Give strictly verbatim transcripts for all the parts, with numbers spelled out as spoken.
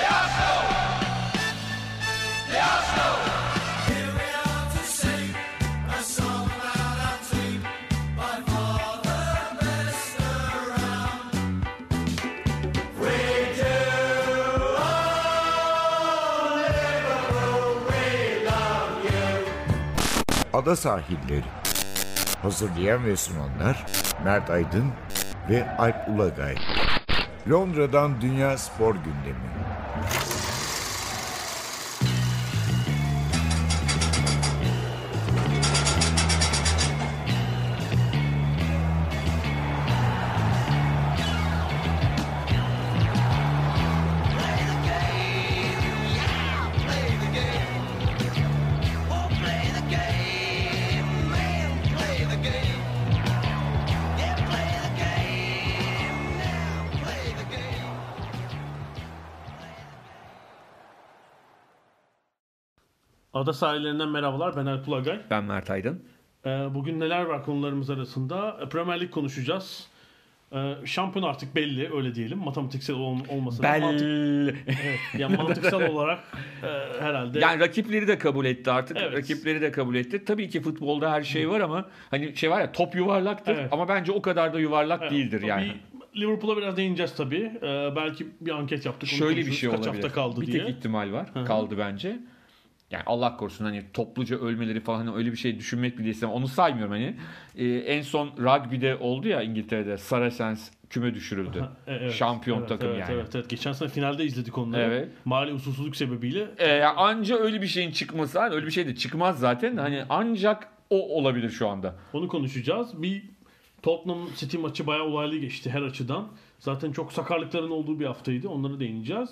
Ada Sahilleri. Hazırlayan ve sunanlar Mert Aydın ve Alp Ulagay. Londra'dan Dünya Spor Gündemi. Ada sahillerinden merhabalar. Ben Alp Ulagay. Ben Mert Aydın. Ee, bugün neler var konularımız arasında? Premier Lig konuşacağız. Ee, şampiyon artık belli, öyle diyelim. Matematiksel ol- olmasa da Belli. mantık, evet, yani mantıksal olarak e, herhalde. Yani rakipleri de kabul etti artık. Evet. Rakipleri de kabul etti. Tabii ki futbolda her şey var ama hani şey var ya, top yuvarlaktır Evet. ama bence o kadar da yuvarlak Evet, değildir yani. Bir Liverpool'a biraz değineceğiz tabii. Ee, belki bir anket yaptık. Onu Şöyle bir konuşuruz. şey Kaç olabilir. hafta kaldı bir diye. tek ihtimal var. Hı-hı. Kaldı bence. Yani Allah korusun, hani topluca ölmeleri falan, hani öyle bir şey düşünmek bile istemem. Onu saymıyorum hani. Ee, en son rugby'de oldu ya İngiltere'de. Saracens küme düşürüldü. Evet, Şampiyon evet, takım evet, yani. Evet, evet. Geçen sene finalde izledik onları. Evet. Mali usulsüzlük sebebiyle. Ee, anca öyle bir şeyin çıkması, hani öyle bir şey de çıkmaz zaten. Hani ancak o olabilir şu anda. Onu konuşacağız. Bir Tottenham City maçı bayağı olaylı geçti her açıdan. Zaten çok sakarlıkların olduğu bir haftaydı. Onları değineceğiz.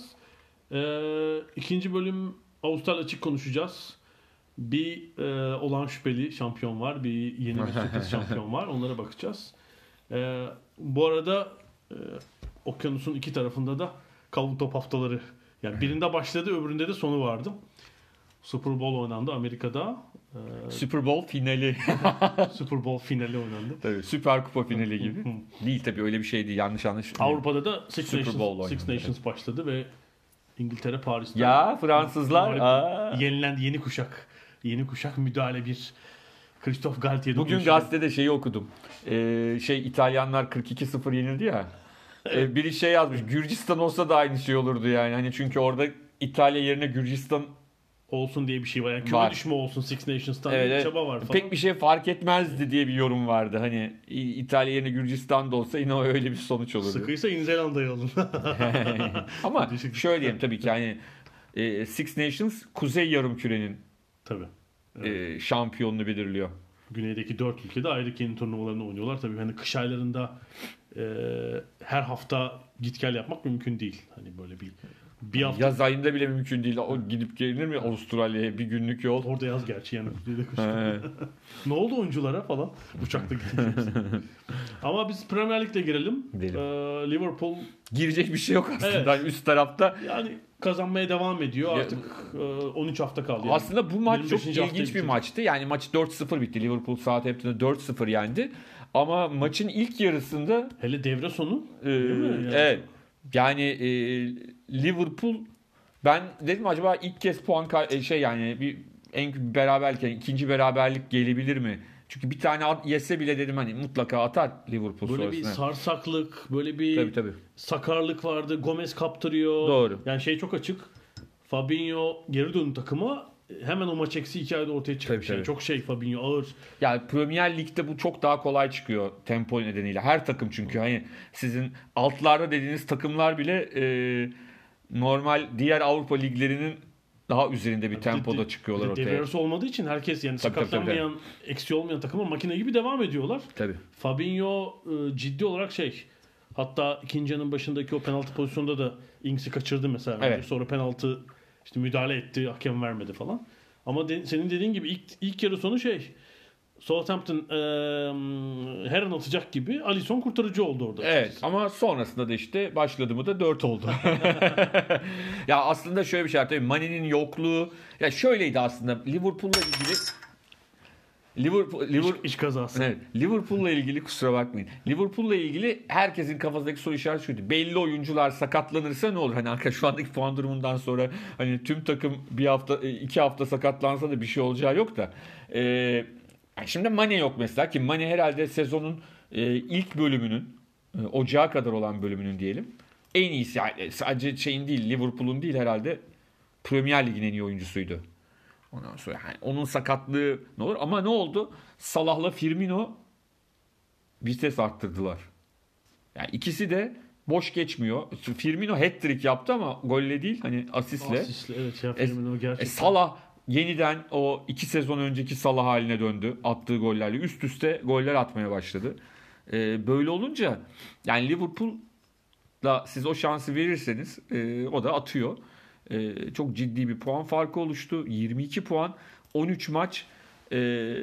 Ee, ikinci bölüm Avustralya açık konuşacağız. Bir e, olan şüpheli şampiyon var. Bir yeni bir sürpriz şampiyon var. Onlara bakacağız. Ee, bu arada e, okyanusun iki tarafında da kavun top haftaları. Yani birinde başladı, öbüründe de sonu vardı. Super Bowl oynandı Amerika'da. Ee, Super Bowl finali. Super Bowl finali oynandı. Tabii, Süper Kupa finali gibi. Değil tabii, öyle bir şey değil. Yanlış anlaş. Avrupa'da da Six Super Nations, Bowl Six oynandı. Nations başladı ve İngiltere Paris'te. Ya Fransızlar. Aa. Yenilendi, yeni kuşak. Yeni kuşak müdahale bir Christophe Galtier'de. Bugün gazetede şeyi okudum. Ee, şey İtalyanlar kırk iki sıfır yenildi ya. Ee, biri şey yazmış. Gürcistan olsa da aynı şey olurdu yani. Hani çünkü orada İtalya yerine Gürcistan olsun diye bir şey var. Yani küme var. düşme olsun Six Nations'tan Evet, bir çaba var falan. Pek bir şey fark etmezdi diye bir yorum vardı. Hani İ- İtalya yerine Gürcistan da olsa yine öyle bir sonuç olurdu. Sıkıysa Yeni Zelanda'yı alın. Ama şöyle diyeyim, tabii ki hani e, Six Nations Kuzey Yarımküre'nin Tabii. e, şampiyonluğu belirliyor. Güneydeki dört ülkede ayrı kendi turnuvalarını oynuyorlar. Tabii hani kış aylarında e, her hafta git gel yapmak mümkün değil. Hani böyle bir bir hafta. Yaz ayında bile mümkün değil. O gidip gelinir mi Avustralya'ya bir günlük yol? Orada yaz gerçi yani. Ne oldu oyunculara falan? Uçakta gideceğiz. Ama biz Premier Lig'de girelim. Girelim. Ee, Liverpool Girecek bir şey yok aslında. Evet. Hani üst tarafta. yani kazanmaya devam ediyor. Artık e, on üç hafta kaldı. Yani. Aslında bu maç çok yirmi beşinci haftaya ilginç bir bitecek. maçtı. Yani maç dört sıfır bitti. Liverpool Southampton'ı dört sıfır yendi. Ama maçın ilk yarısında Hele devre sonu. e, değil mi? Yani. evet. Yani e, Liverpool, ben dedim acaba ilk kez puan kay- şey yani bir en beraberlik, yani ikinci beraberlik gelebilir mi? Çünkü bir tane at, yese bile dedim hani mutlaka atar Liverpool Böyle sonrasında. bir sarsaklık, böyle bir Tabii, tabii. sakarlık vardı. Gomez kaptırıyor. Doğru. Yani şey çok açık. Fabinho geri döndü takıma. Hemen o maç eksi iki ayda ortaya çıkmış. Tabii, tabii. Yani çok şey Fabinho ağır. Yani Premier Lig'de bu çok daha kolay çıkıyor tempo nedeniyle. Her takım, çünkü hani sizin altlarda dediğiniz takımlar bile e, normal diğer Avrupa liglerinin daha üzerinde bir tempoda de- çıkıyorlar bir de ortaya. devre arası olmadığı için herkes yani Tabii, tabii, sakatlanmayan, eksi olmayan takıma makine gibi devam ediyorlar. Tabii. Fabinho e, ciddi olarak şey, hatta ikinci yarının başındaki o penaltı pozisyonunda da Ings'i kaçırdı mesela. Evet. Sonra penaltı işte müdahale etti, hakem vermedi falan. Ama de, senin dediğin gibi ilk, ilk yarı sonu şey, Southampton e, her an atacak gibi, Alisson kurtarıcı oldu orada. Evet, ama sonrasında da işte başladı mı da dört oldu. Ya aslında şöyle bir şey var tabii, Mane'nin yokluğu ya şöyleydi aslında, Liverpool'la ilgili Liverpool, Liverpool, İş, iş kazası. evet, Liverpool'la ilgili kusura bakmayın. Liverpool'la ilgili herkesin kafasındaki soru işareti şuydu. Belli oyuncular sakatlanırsa ne olur? Hani arkadaş şu andaki puan durumundan sonra hani tüm takım bir hafta iki hafta sakatlansa da bir şey olacağı yok da. Ee, şimdi Mane yok mesela ki Mane herhalde sezonun e, ilk bölümünün e, Ocağa kadar olan bölümünün diyelim. En iyisi yani sadece şeyin değil Liverpool'un değil herhalde Premier Lig'in en iyi oyuncusuydu. Ondan sonra yani onun sakatlığı ne olur ama ne oldu? Salah'la Firmino vites arttırdılar. Yani ikisi de boş geçmiyor. Firmino hat-trick yaptı ama golle değil hani asistle. Asistle evet ya Firmino gerçekten. E, Salah yeniden o iki sezon önceki Salah haline döndü. Attığı gollerle üst üste goller atmaya başladı. E, böyle olunca yani Liverpool'la siz o şansı verirseniz e, o da atıyor. Ee, çok ciddi bir puan farkı oluştu. yirmi iki puan, on üç maç. Ee,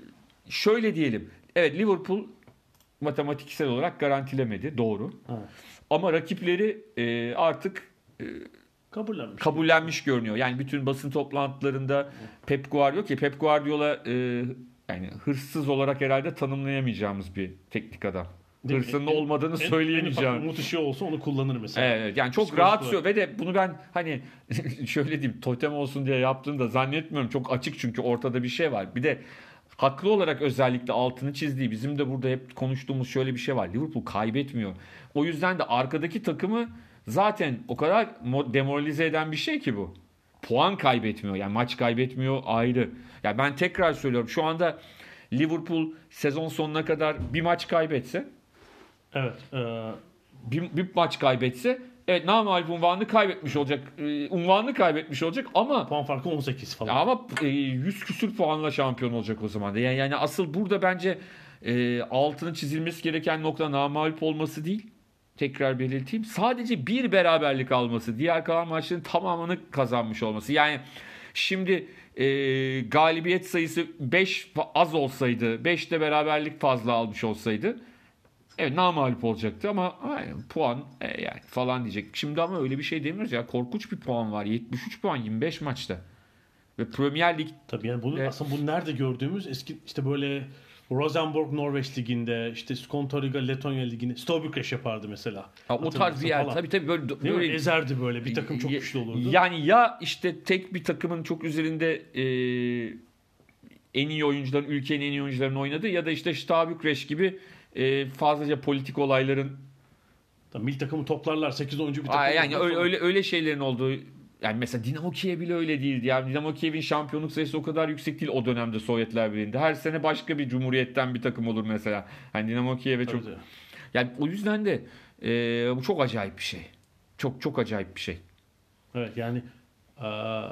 şöyle diyelim. Evet Liverpool matematiksel olarak garantilemedi. Doğru. Evet. Ama rakipleri e, artık e, Kabullenmiş. kabullenmiş görünüyor. Yani bütün basın toplantılarında Pep Guardiola ki Pep Guardiola e, yani hırsız olarak herhalde tanımlayamayacağımız bir teknik adam. Hırsının olmadığını en, söyleyemeyeceğim. En umut ışığı olsa onu kullanır mesela. Evet yani çok rahat söylüyor ve de bunu ben hani şöyle diyeyim totem olsun diye yaptığını da zannetmiyorum. Çok açık çünkü ortada bir şey var. Bir de haklı olarak özellikle altını çizdiği bizim de burada hep konuştuğumuz şöyle bir şey var. Liverpool kaybetmiyor. O yüzden de arkadaki takımı zaten o kadar demoralize eden bir şey ki bu. Puan kaybetmiyor yani maç kaybetmiyor ayrı. Yani ben tekrar söylüyorum şu anda Liverpool sezon sonuna kadar bir maç kaybetse evet. E... Bir, bir maç kaybetse evet namağlup unvanını kaybetmiş olacak. E, unvanını kaybetmiş olacak ama puan farkı on sekiz falan. Ama e, yüz küsür puanla şampiyon olacak o zaman da. Yani, yani asıl burada bence e, altını çizilmesi gereken nokta namağlup olması değil. Tekrar belirteyim. Sadece bir beraberlik alması. Diğer kalan maçların tamamını kazanmış olması. Yani şimdi e, galibiyet sayısı beş az olsaydı, beşte beraberlik fazla almış olsaydı evet namağlup olacaktı ama aynen, puan e, yani falan diyecek. Şimdi ama öyle bir şey demiyoruz ya. Korkunç bir puan var. yetmiş üç puan yirmi beş maçta. Ve Premier Lig tabii yani bunu e, aslında bunu nerede gördüğümüz eski işte böyle Rosenborg Norveç liginde, işte Skontoriga Letonya liginde Steaua Bükreş yapardı mesela. Ha, o tarz bir yer. Falan. Tabii tabii böyle, böyle ezerdi böyle bir takım çok güçlü olurdu. Yani ya işte tek bir takımın çok üzerinde e, en iyi oyuncuların, ülkenin en iyi oyuncularının oynadığı ya da işte Steaua Bükreş gibi e, fazlaca politik olayların tabii milli takımı toplarlar sekiz oyuncu bir takım. Aa, yani öyle, öyle öyle şeylerin olduğu yani mesela Dinamo Kiev bile öyle değildi. Yani Dinamo Kiev'in şampiyonluk sayısı o kadar yüksek değil o dönemde Sovyetler Birliği'nde. Her sene başka bir cumhuriyetten bir takım olur mesela. Hani Dinamo Kiev'e çok tabii. Yani o yüzden de e, bu çok acayip bir şey. Çok çok acayip bir şey. Evet yani e,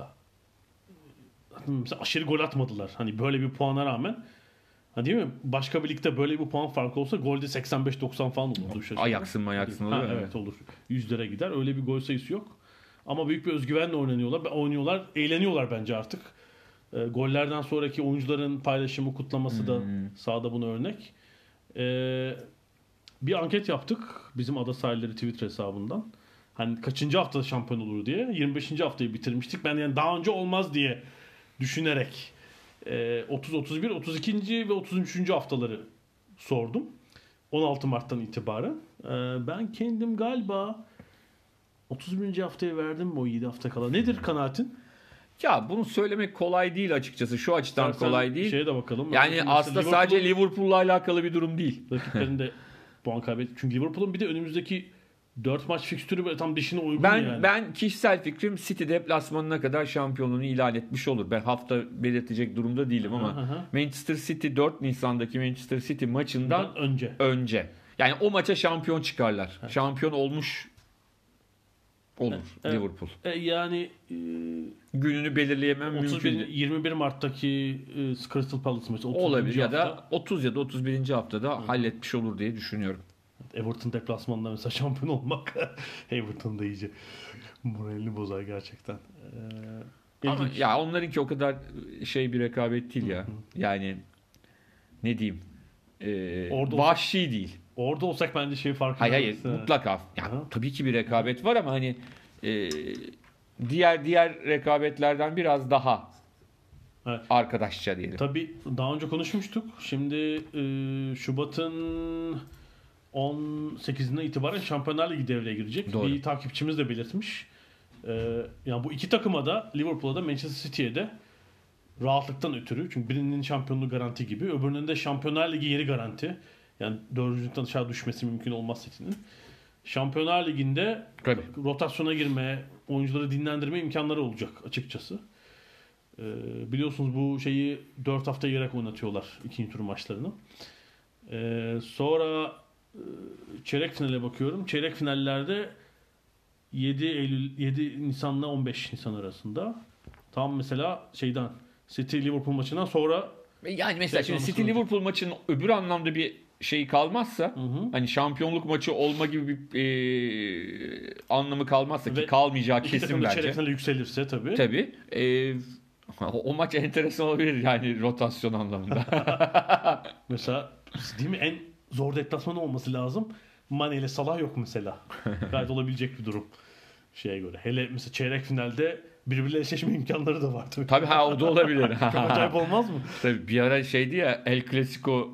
mesela aşırı gol atmadılar. Hani böyle bir puana rağmen. Ha değil mi? Başka bir ligde böyle bir puan farkı olsa golde seksen beş doksan falan olurdu. Ayaksın mı ayaksın olur. Ha, evet olur. yüzlere gider. Öyle bir gol sayısı yok. Ama büyük bir özgüvenle oynanıyorlar. Oynuyorlar. Eğleniyorlar bence artık. E, gollerden sonraki oyuncuların paylaşımı, kutlaması hmm. da sahada buna örnek. E, bir anket yaptık. Bizim Ada Sahilleri Twitter hesabından. Hani kaçıncı haftada şampiyon olur diye. yirmi beşinci haftayı bitirmiştik. Ben yani daha önce olmaz diye düşünerek e, otuz, otuz bir, otuz ikinci ve otuz üçüncü haftaları sordum. on altı Mart'tan itibaren. E, ben kendim galiba otuz birinci haftaya verdim mi o yedi hafta kala? Nedir kanaatin? Ya bunu söylemek kolay değil açıkçası. Şu açıdan Sen kolay değil. Şeye de bakalım. Yani Mesela aslında Liverpool'un, sadece Liverpool'la alakalı bir durum değil. Rakiplerin de puan kaybetti. Çünkü Liverpool'un bir de önümüzdeki dört maç fikstürü böyle tam dişine uygun ben, yani. Ben kişisel fikrim City deplasmanına kadar şampiyonluğunu ilan etmiş olur. Ben hafta belirtecek durumda değilim ama aha, aha. Manchester City dört Nisan'daki Manchester City maçından Bundan önce. önce. Yani o maça şampiyon çıkarlar. Evet. Şampiyon olmuş olur evet, Liverpool. E, yani e, gününü belirleyemem otuz bir, mümkün değil. yirmi bir Mart'taki e, Crystal Palace maçı Olabilir ya hafta, da otuz ya da otuz birinci haftada Hı. halletmiş olur diye düşünüyorum. Everton deplasmanında mesela şampiyon olmak Everton'da iyice moralini bozar gerçekten. Ee, Ama ya onlarınki o kadar şey bir rekabet değil ya. Hı hı. Yani ne diyeyim? Ee, orada vahşi olsak, değil. Orada olsak bence şey farkı. Hayır hayır ha. mutlaka. Yani tabii ki bir rekabet var ama hani e, diğer diğer rekabetlerden biraz daha Evet. Arkadaşça diyelim. Tabii daha önce konuşmuştuk. Şimdi e, Şubat'ın on sekizine itibaren Şampiyonlar Ligi devreye girecek. Doğru. Bir takipçimiz de belirtmiş. E, yani bu iki takıma da, Liverpool'a da Manchester City'ye de rahatlıktan ötürü. Çünkü birinin şampiyonluğu garanti gibi. Öbürünün de Şampiyonlar Ligi yeri garanti. Yani dördüncülükten aşağı düşmesi mümkün olmaz City'nin. Şampiyonlar Ligi'nde Tabii. rotasyona girme, oyuncuları dinlendirme imkanları olacak açıkçası. Ee, biliyorsunuz bu şeyi dört hafta yiyerek oynatıyorlar ikinci tur maçlarını. Ee, sonra e, çeyrek finale bakıyorum. Çeyrek finallerde yedi Eylül yedi Nisan'la on beş Nisan arasında. Tam mesela şeyden City Liverpool maçından sonra Yani mesela Şey şimdi City olması Liverpool maçının öbür anlamda bir şey kalmazsa, Hı hı. hani şampiyonluk maçı olma gibi bir e, anlamı kalmazsa ki Ve kalmayacağı iki kesin takım da bence. çeyrek finale yükselirse tabii. Tabii. E, o, o maç enteresan olabilir yani rotasyon anlamında. Mesela değil mi en zor deplasmanı olması lazım. Mane ile Salah yok mesela. Gayet olabilecek bir durum şeye göre. Hele mesela çeyrek finalde birbirleriyle eşleşme imkanları da var tabii. Tabii ha o da olabilir. Çok acayip olmaz mı? Tabii bir ara şeydi ya, El Clasico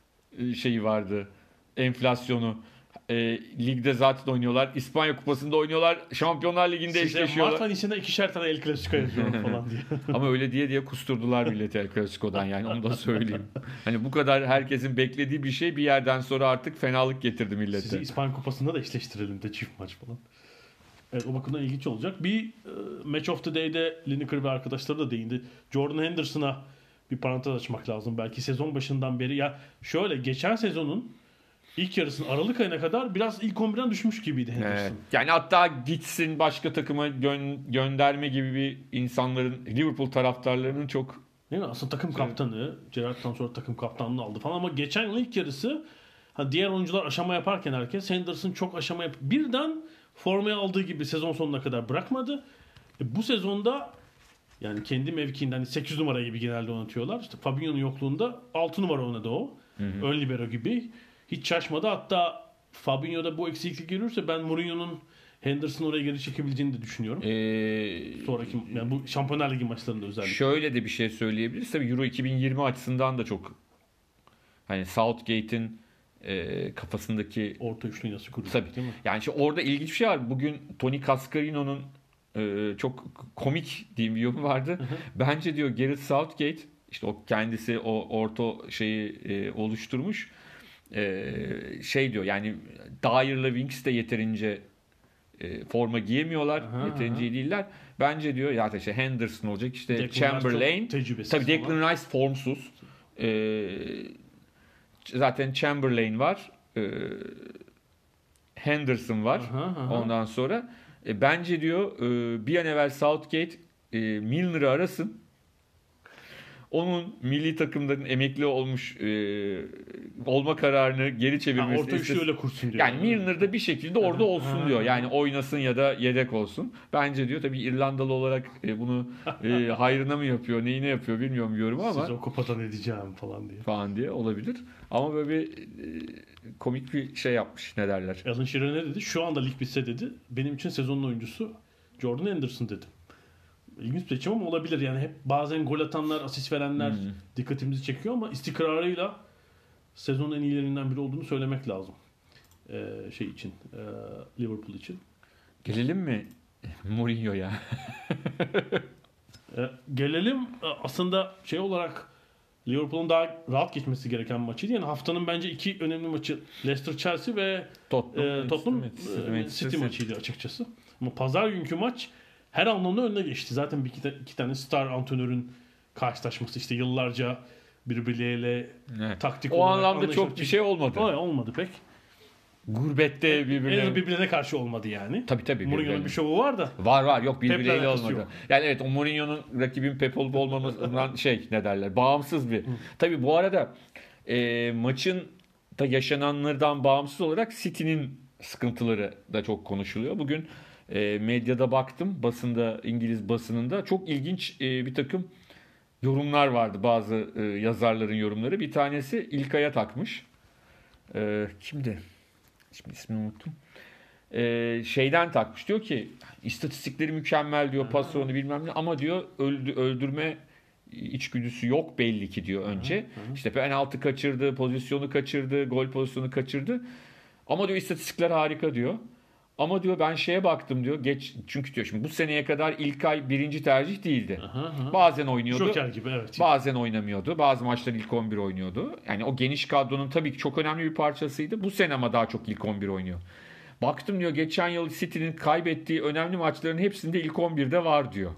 e, şeyi vardı. Enflasyonu. E, ligde zaten oynuyorlar. İspanya Kupası'nda oynuyorlar. Şampiyonlar Ligi'nde Size eşleşiyorlar. Mart ayının içinde ikişer tane El Clasico yazıyorum falan diye. Ama öyle diye diye kusturdular milleti El Clasico'dan, yani onu da söyleyeyim. Hani bu kadar herkesin beklediği bir şey bir yerden sonra artık fenalık getirdi millete. Sizi İspanya Kupası'nda da eşleştirelim de çift maç falan. Evet, o bakımdan ilginç olacak. Bir e, Match of the Day'de Lineker ve arkadaşları da değindi. Jordan Henderson'a bir parantez açmak lazım. Belki sezon başından beri. Ya şöyle, geçen sezonun ilk yarısının Aralık ayına kadar biraz ilk on birden düşmüş gibiydi Henderson. Evet. Yani hatta gitsin başka takıma gö- gönderme gibi bir insanların, Liverpool taraftarlarının çok Değil mi? Aslında takım kaptanı, Gerrard'dan sonra takım kaptanlığını aldı falan, ama geçen yıl ilk yarısı hani diğer oyuncular aşama yaparken herkes, Henderson çok aşama yap. Birden formaya aldığı gibi sezon sonuna kadar bırakmadı. E, bu sezonda yani kendi mevkiinden hani sekiz numara gibi genelde oynatıyorlar. İşte Fabinho'nun yokluğunda altı numara oynadı o. Hı hı. Ön libero gibi. Hiç şaşmadı. Hatta Fabinho'da bu eksiklik görürse ben Mourinho'nun Henderson'ı oraya geri çekebileceğini de düşünüyorum. Ee, Sonraki yani bu Şampiyonlar Ligi maçlarında özellikle. Şöyle de bir şey söyleyebiliriz. Tabii Euro iki bin yirmi açısından da çok, hani Southgate'in e, kafasındaki Orta üçlüyü nasıl kuruyor? tabii. Değil mi? Yani işte orada ilginç bir şey var. Bugün Tony Cascarino'nun e, çok komik diyeyim bir yorum vardı. Hı hı. Bence diyor Gareth Southgate, işte o kendisi o orta şeyi e, oluşturmuş. E, şey diyor yani Dyer'la Winks de yeterince e, forma giyemiyorlar. Aha, yeterince aha. iyi değiller. Bence diyor ya işte Henderson olacak, işte Declan Rice Chamberlain. çok tecrübesiz Tabii falan. Declan Rice formsuz. E, zaten Chamberlain var. E, Henderson var. Aha, aha. Ondan sonra e, bence diyor e, bir an evvel Southgate e, Milner'ı arasın. Onun milli takımların emekli olmuş e, olma kararını geri Ha, çevirmesini orta üçlü istesin. öyle kursun diyor. Yani Milner da bir şekilde orada Aha, olsun aha, diyor. aha. Yani oynasın ya da yedek olsun. Bence diyor, tabii İrlandalı olarak e, bunu e, hayrına mı yapıyor, neyine yapıyor bilmiyorum yorumu ama Siz o kupadan edeceğim falan diye. falan diye olabilir. Ama böyle bir e, komik bir şey yapmış, ne derler. Alan Shearer ne dedi? Şu anda lig bitse dedi, benim için sezonun oyuncusu Jordan Henderson dedi. İlginç bir seçim ama olabilir. Yani hep bazen gol atanlar, asist verenler Hmm. dikkatimizi çekiyor ama istikrarıyla sezonun en iyilerinden biri olduğunu söylemek lazım. Ee, şey için, e, Liverpool için. Gelelim mi Mourinho'ya? Ee, gelelim e, aslında şey olarak Liverpool'un daha rahat geçmesi gereken maçıydı. Yani haftanın bence iki önemli maçı Leicester Chelsea ve Tottenham, e, Tottenham Manchester e, City. City maçıydı açıkçası. Ama pazar günkü maç her anlamda önüne geçti. Zaten bir iki, ta- iki tane star antrenörün karşılaşması, işte yıllarca birbirleriyle Evet. taktik O olarak anlamda anlaşmak- çok bir şey olmadı. Olay olmadı pek. Gurbette En azından birbirine... birbirine karşı olmadı yani. Tabii tabii. Mourinho'nun birbirine. bir şovu var da. Var var, yok Pep'le birbirleriyle alakası olmadı. yok. Yani evet, o Mourinho'nun rakibin Pep olup olmamasından şey ne derler, bağımsız bir. Tabii bu arada e, maçın da yaşananlardan bağımsız olarak City'nin sıkıntıları da çok konuşuluyor. Bugün e, medyada baktım, basında, İngiliz basınında çok ilginç e, bir takım yorumlar vardı, bazı e, yazarların yorumları. Bir tanesi İlkay'a takmış. E, kimdi? Şimdi ismini unuttum. Ee, şeyden takmış, diyor ki istatistikleri mükemmel diyor, pas oranı bilmem ne, ama diyor öldü, öldürme içgüdüsü yok belli ki diyor önce. Hı hı. İşte penaltı kaçırdı, pozisyonu kaçırdı, gol pozisyonu kaçırdı. Ama diyor istatistikler harika diyor. Ama diyor ben şeye baktım diyor. Geç çünkü diyor şimdi bu seneye kadar İlkay birinci tercih değildi. Aha, aha. Bazen oynuyordu. Joker gibi evet. Bazen oynamıyordu. Bazı maçlar ilk on bir oynuyordu. Yani o geniş kadronun tabii ki çok önemli bir parçasıydı. Bu sene ama daha çok ilk on bir oynuyor. Baktım diyor geçen yıl City'nin kaybettiği önemli maçların hepsinde ilk on birde var diyor.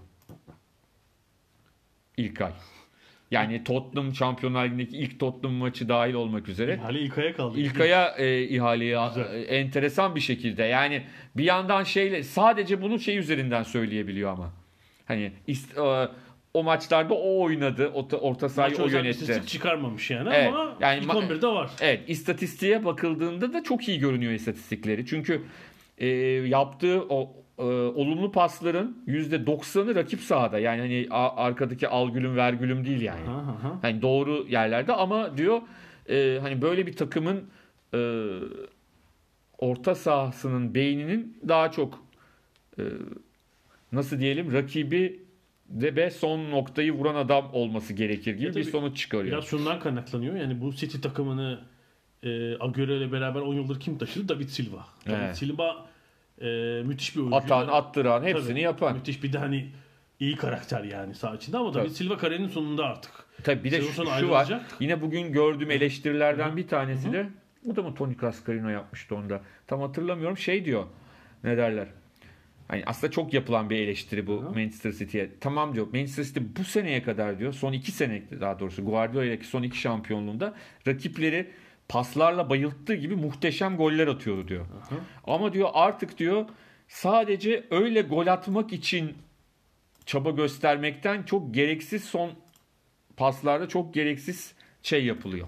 İlkay. Yani Tottenham Şampiyonlar Ligi'ndeki ilk Tottenham maçı dahil olmak üzere. İhale İlkay'a kaldı. İlkay'a e, ihaleyi e, enteresan bir şekilde. Yani bir yandan şeyle sadece bunu şey üzerinden söyleyebiliyor ama. Hani ist, e, o maçlarda o oynadı. Orta, orta sahayı o yönetti. İstatistik çıkarmamış yani evet, ama yani ilk on birde var. Evet, istatistiğe bakıldığında da çok iyi görünüyor istatistikleri. Çünkü e, yaptığı o e, olumlu pasların yüzde doksanı rakip sahada. Yani hani a, arkadaki al gülüm ver gülüm değil yani. Aha, aha. Hani doğru yerlerde ama diyor e, hani böyle bir takımın e, orta sahasının beyninin daha çok e, nasıl diyelim rakibi de be son noktayı vuran adam olması gerekir gibi Ya bir tabii, sonuç çıkarıyor. Biraz şundan kaynaklanıyor. Yani bu City takımını e, Agüero ile beraber on yıldır kim taşıdı? David Silva. Evet. David Silva e, müthiş bir oyuncu. Atan, attıran, hepsini Tabii, yapan. Müthiş bir de hani iyi karakter yani saha içinde ama David Tabii. Silva kariyerinin sonunda artık. Tabii bir de şu, şu var. Yine bugün gördüğüm eleştirilerden Hı-hı. bir tanesi Hı-hı. de bu da mı Toni Cascarino yapmıştı onda? Tam hatırlamıyorum. Şey diyor. Ne derler? Hani aslında çok yapılan bir eleştiri bu Hı-hı. Manchester City'ye. Tamam diyor. Manchester City bu seneye kadar diyor. Son iki sene daha doğrusu Guardiola'daki son iki şampiyonluğunda rakipleri paslarla bayılttığı gibi muhteşem goller atıyordu diyor. Hı-hı. Ama diyor artık diyor sadece öyle gol atmak için çaba göstermekten çok gereksiz son paslarda çok gereksiz şey yapılıyor.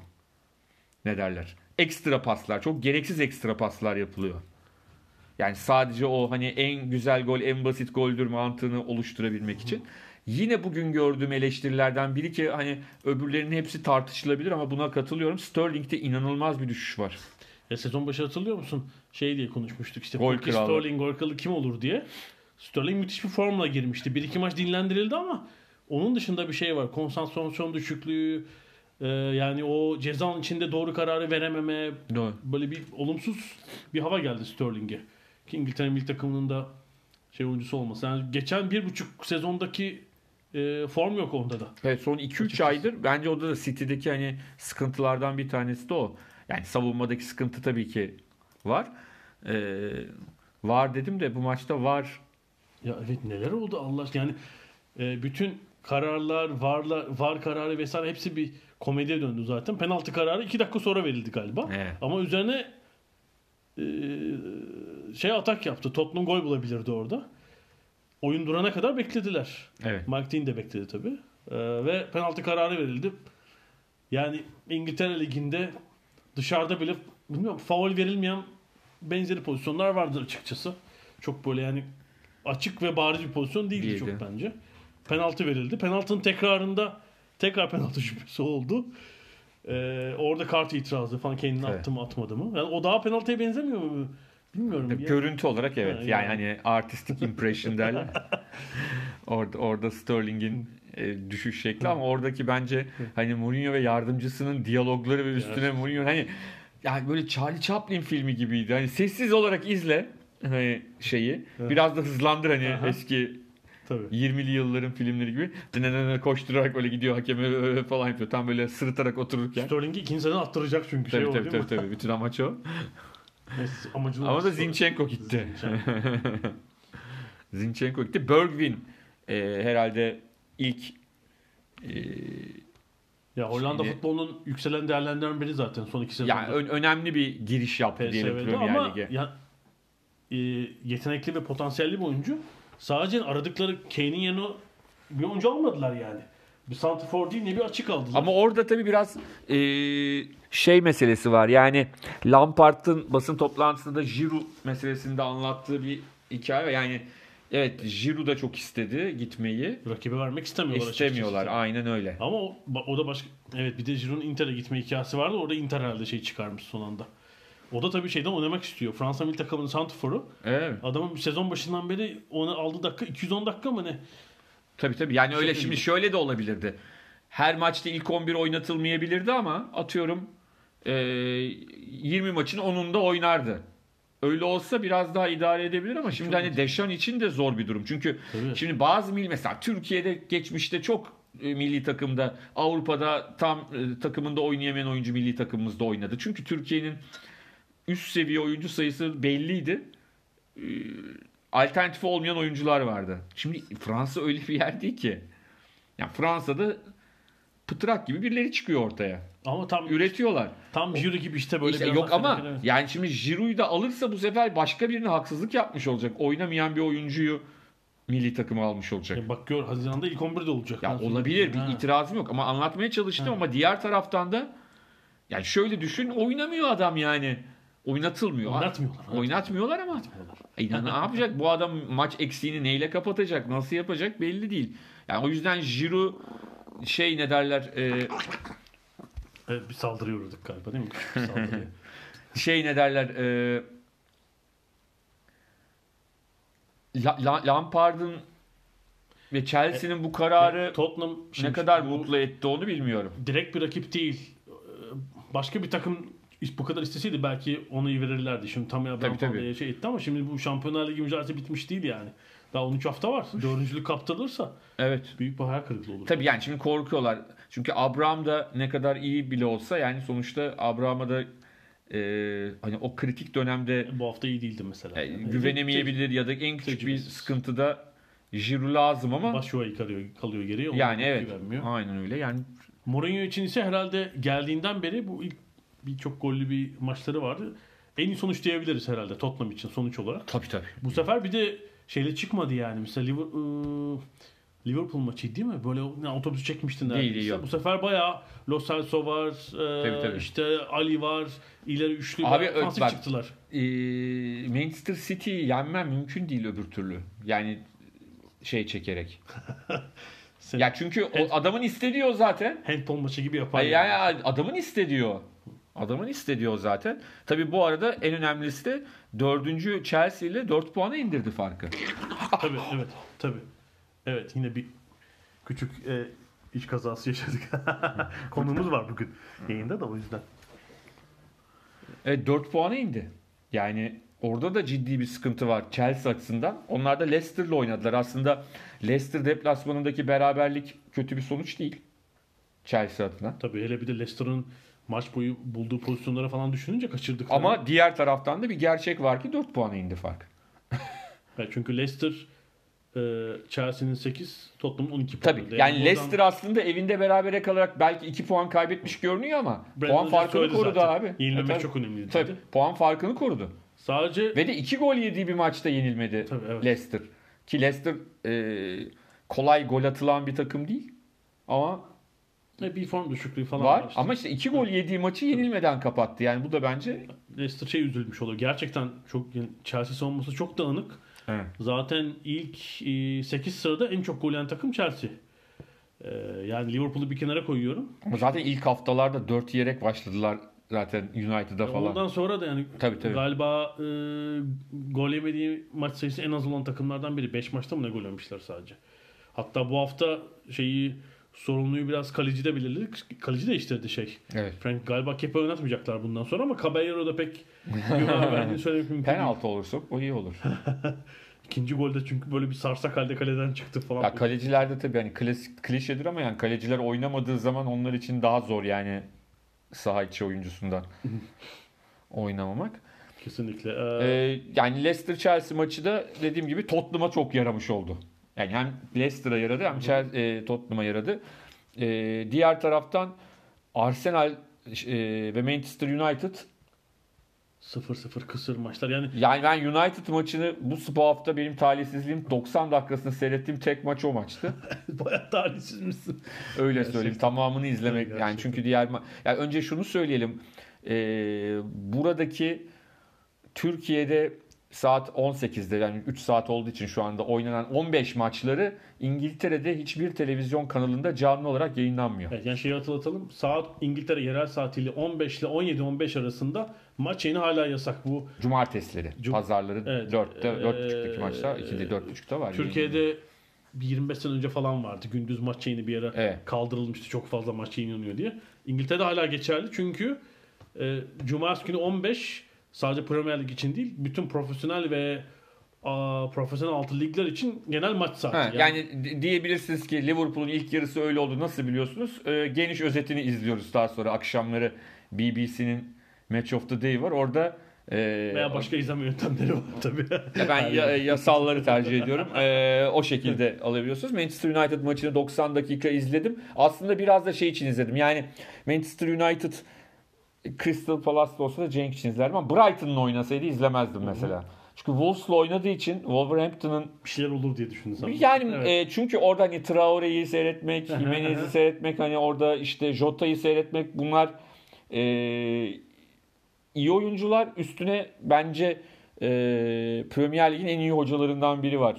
Ne derler? Ekstra paslar. Çok gereksiz ekstra paslar yapılıyor. Yani sadece o hani en güzel gol, en basit goldür mantığını oluşturabilmek için. Yine bugün gördüğüm eleştirilerden biri ki hani öbürlerinin hepsi tartışılabilir ama buna katılıyorum. Sterling'de inanılmaz bir düşüş var. Ya sezon başı hatırlıyor musun? Şey diye konuşmuştuk işte. Gol kralı. Sterling gol kralı kim olur diye. Sterling müthiş bir formla girmişti. Bir iki maç dinlendirildi ama onun dışında bir şey var. Konsantrasyon düşüklüğü, e, yani o cezanın içinde doğru kararı verememe, Doğru. Böyle bir olumsuz bir hava geldi Sterling'e. Ki İngiltere milli takımının da şey oyuncusu olması. Yani geçen bir buçuk sezondaki e, form yok onda da. Evet, son iki üç aydır bence orada da City'deki hani sıkıntılardan bir tanesi de o. Yani savunmadaki sıkıntı tabii ki var. Ee, var dedim de bu maçta var. Ya evet neler oldu Allah aşkına. Yani e, bütün kararlar, varlar, var kararı vesaire hepsi bir komediye döndü zaten. Penaltı kararı iki dakika sonra verildi galiba. Evet. Ama üzerine e, şey atak yaptı. Tottenham gol bulabilirdi orada. Oyun durana kadar beklediler. Evet. Mike Dean de bekledi tabii. E, ve penaltı kararı verildi. Yani İngiltere Ligi'nde dışarıda bile bilmiyorum faul verilmeyen benzeri pozisyonlar vardır açıkçası. Çok böyle yani açık ve bariz bir pozisyon değildi, değildi. çok bence. Penaltı verildi. Penaltının tekrarında tekrar penaltı şüphesi oldu. Ee, orada kart itirazı falan kendini evet. attı mı atmadı mı? Yani o daha penaltıya benzemiyor mu? Bilmiyorum. Yani. Görüntü olarak evet. Ha, yani, yani hani artistic impression derler. orada orada Sterling'in e, düşüş şekli ama oradaki bence hani Mourinho ve yardımcısının diyalogları ve üstüne evet. Mourinho hani yani böyle Charlie Chaplin filmi gibiydi. Hani sessiz olarak izle hani şeyi. Evet. Biraz da hızlandır hani Aha. eski Tabii. yirmili yılların filmleri gibi. Dınanana koşturarak öyle gidiyor hakeme falan yapıyor. Tam böyle sırıtarak otururken. Sterling'i ikinci sene attıracak çünkü tabii, şey tabii, o değil tabii, mi? Tabii bütün amaç o. Ama da Zinchenko gitti. Zinchenko. Zinchenko gitti. Bergwijn e, herhalde ilk e, ya Hollanda şeyini, futbolunun yükselen değerlerinden biri zaten son iki sezonda. Yani ö- önemli bir giriş yaptı diyelim Premier Lig'e. Ya, e, yetenekli ve potansiyelli bir oyuncu. Sadece aradıkları Kane'in yerine bir oyuncu almadılar yani. Bir santrfor değil ne bir açık aldılar. Ama orada tabii biraz e, şey meselesi var. Yani Lampard'ın basın toplantısında Giroud meselesinde anlattığı bir hikaye. Yani evet Giroud da çok istedi gitmeyi. Rakibe vermek istemiyorlar. İstemiyorlar açıkçası. Aynen öyle. Ama o, o da başka. Evet bir de Giroud'un Inter'e gitme hikayesi vardı. Orada Inter herhalde şey çıkarmış son anda. O da tabii şeyden oynamak istiyor. Fransa milli takımının santrforu. Evet. Adamın sezon başından beri onu aldığı dakika iki yüz on dakika mı ne? Tabii tabii. Yani öyle Şaka şimdi gibi. şöyle de olabilirdi. Her maçta ilk on bir oynatılmayabilirdi ama atıyorum e, yirmi maçın onunda oynardı. Öyle olsa biraz daha idare edebilir ama şimdi Çok hani Deşan için de zor bir durum. Çünkü Tabii. şimdi bazı milli mesela Türkiye'de geçmişte çok e, milli takımda, Avrupa'da tam e, takımında oynayamayan oyuncu milli takımımızda oynadı. Çünkü Türkiye'nin üst seviye oyuncu sayısı belliydi. E, alternatifi olmayan oyuncular vardı. Şimdi Fransa öyle bir yer değil ki. Yani Fransa'da pıtrak gibi birileri çıkıyor ortaya. Ama tam Üretiyorlar. tam jüri gibi işte böyle İşte biraz yok daha ama fedakar, evet. yani şimdi Giroud'u da alırsa bu sefer başka birine haksızlık yapmış olacak. Oynamayan bir oyuncuyu milli takıma almış olacak. E bak gör Haziran'da ilk on birde olacak. Ya Nasıl- olabilir, bir Ha. itirazım yok ama anlatmaya çalıştım Ha. ama diğer taraftan da yani şöyle düşün, oynamıyor adam yani. Oynatılmıyor. Oynatmıyorlar. Oynatmıyorlar ama İnan ne yapacak? Bu adam maç eksiğini neyle kapatacak? Nasıl yapacak? Belli değil. Yani o yüzden Giroud şey ne derler? E, Evet, bir saldırıya uğradık galiba değil mi? Bir saldırıya. şey ne derler? E, La- La- Lampard'ın ve Chelsea'nin bu kararı Tottenham ne şimdi kadar bu mutlu etti onu bilmiyorum. direkt bir rakip değil. Başka bir takım bu kadar isteseydi belki onu iyi verirlerdi. Şimdi tam ya Tabii, tabii. ben şey etti ama şimdi bu Şampiyonlar Ligi mücadelesi bitmiş değil yani. Daha on üç hafta var. Dördüncülük kaptırılırsa Evet. büyük bir hayal kırıklığı olur. Tabii yani şimdi korkuyorlar. Çünkü Abraham da ne kadar iyi bile olsa yani sonuçta Abraham'a da e, hani o kritik dönemde Bu hafta iyi değildi mesela. e, Yani. güvenemeyebilir ya da en küçük bir Tecrübesiz. sıkıntıda Giroud lazım ama Baş yuvayı kalıyor, kalıyor geriye. Ona yani evet. güvenmiyor. Aynen öyle. Yani Mourinho için ise herhalde geldiğinden beri bu ilk bir çok gollü bir maçları vardı. En iyi sonuç diyebiliriz herhalde Tottenham için sonuç olarak. tabii tabii. Bu sefer bir de şeyle çıkmadı yani. Mesela Liver- ıı, Liverpool maçı değil mi? Böyle yani otobüsü çekmiştin Değil, neredeyse. yok. Bu sefer bayağı Lo Celso var, e, Tabii, tabii. işte Ali var, ileri üçlü Abi, bayağı ofansif bak- çıktılar. E, Manchester City'yi yenmem mümkün değil öbür türlü. Yani şey çekerek. Sen Ya çünkü o Evet. adamın istediği o zaten. handball maçı gibi yapar. Ay, yani adamın istediği o. Adamın istediği o zaten. Tabii bu arada en önemlisi de dördüncü Chelsea ile dört puana indirdi farkı. Tabii evet tabii. Evet yine bir küçük e, iş kazası yaşadık. Konuğumuz var bugün yayında da o yüzden. Evet dört puana indi. Yani orada da ciddi bir sıkıntı var Chelsea açısından. Onlar da Leicester'la oynadılar. Aslında Leicester deplasmanındaki beraberlik kötü bir sonuç değil. Chelsea adına. Tabii hele bir de Leicester'ın maç boyu bulduğu pozisyonlara falan düşününce kaçırdık. Ama diğer taraftan da bir gerçek var ki dört puana indi fark. Evet, çünkü Leicester e, Chelsea'nin sekiz, Tottenham'ın on iki puanı. Tabii. Yani Leicester aslında evinde berabere kalarak belki iki puan kaybetmiş görünüyor ama puan farkını korudu abi. Yenilmemek Evet, çok önemliydi. tabii. Tabii. Puan farkını korudu. Sadece Ve de iki gol yediği bir maçta yenilmedi Tabii, evet. Leicester. Ki Leicester e, kolay gol atılan bir takım değil. Ama e, bir form düşüklüğü falan var. işte. Ama işte iki gol yediği maçı yenilmeden kapattı. Yani bu da bence Leicester şey üzülmüş oluyor. Gerçekten çok yani Chelsea savunması çok dağınık. evet. Zaten ilk e, sekiz sırada en çok gol yiyen takım Chelsea. E, yani Liverpool'u bir kenara koyuyorum. Ama zaten ilk haftalarda dört yiyerek başladılar zaten United'a falan. Ondan sonra da yani Tabii, tabii. galiba e, gol yemediği maç sayısı en az olan takımlardan biri. beş maçta mı ne gol yemişler sadece. Hatta bu hafta şeyi sorumluyu biraz kalecide belirledik. Kaleci değiştirdi şey. Evet. Frank galiba Kepa oynatmayacaklar bundan sonra ama Caballero da pek güven verdiğini söylemek mümkün değil. Penaltı olursa o iyi olur. İkinci golde çünkü böyle bir sarsak halde kaleden çıktı falan. Ya kalecilerde tabii hani klasik klişedir ama yani kaleciler oynamadığı zaman onlar için daha zor yani saha içi oyuncusundan oynamamak. Kesinlikle. Ee, Ee, yani Leicester Chelsea maçı da dediğim gibi Tottenham'a çok yaramış oldu. Yani hem Leicester'a yaradı hem Chelsea, e, Tottenham'a yaradı. E, diğer taraftan Arsenal e, ve Manchester United sıfır sıfır kısır maçlar. Yani yani ben United maçını bu bu hafta benim talihsizliğim doksan dakikasını seyrettiğim tek maç o maçtı. bayağı talihsiz misin? Öyle Gerçekten. söyleyeyim. Tamamını izlemek Gerçekten. yani çünkü diğer ma- yani önce şunu söyleyelim. Ee, buradaki Türkiye'de saat on sekizde yani üç saat olduğu için şu anda oynanan on beş maçları İngiltere'de hiçbir televizyon kanalında canlı olarak yayınlanmıyor. Evet, yani şeyi hatırlatalım. Saat İngiltere yerel saatiyle on beş ile on yedi on beş arasında maç yayını hala yasak. Bu Cumartesileri, Cum- pazarları Evet. dörtte Ee, dört buçuktaki maçlar ikide dört buçukta var. Türkiye'de bir yirmi beş sene önce falan vardı. Gündüz maç yayını bir ara Evet. kaldırılmıştı. Çok fazla maç yayınlanıyor diye. İngiltere'de hala geçerli çünkü e, Cumartesi günü on beş sadece Premier Lig için değil, bütün profesyonel ve a, profesyonel altı ligler için genel maç saati. Ha, yani, yani diyebilirsiniz ki Liverpool'un ilk yarısı öyle oldu. Nasıl biliyorsunuz? Ee, geniş özetini izliyoruz daha sonra. Akşamları B B C'nin Match of the Day var. Orada e, veya başka izleme yöntemleri var tabii. Ya ben ya, yasalları tercih ediyorum. Ee, o şekilde alabiliyorsunuz. Manchester United maçını doksan dakika izledim. Aslında biraz da şey için izledim. Yani Manchester United Crystal Palace'da olsa da Cenk için izlerdim ama Brighton'la oynasaydı izlemezdim mesela. Hı-hı. Çünkü Wolves'la oynadığı için Wolverhampton'ın bir şeyler olur diye düşündüm sanırım. Yani evet. e, çünkü orada hani Traore'yi seyretmek, Jimenez'i seyretmek, hani orada işte Jota'yı seyretmek, bunlar e, iyi oyuncular. Üstüne bence e, Premier Lig'in en iyi hocalarından biri var.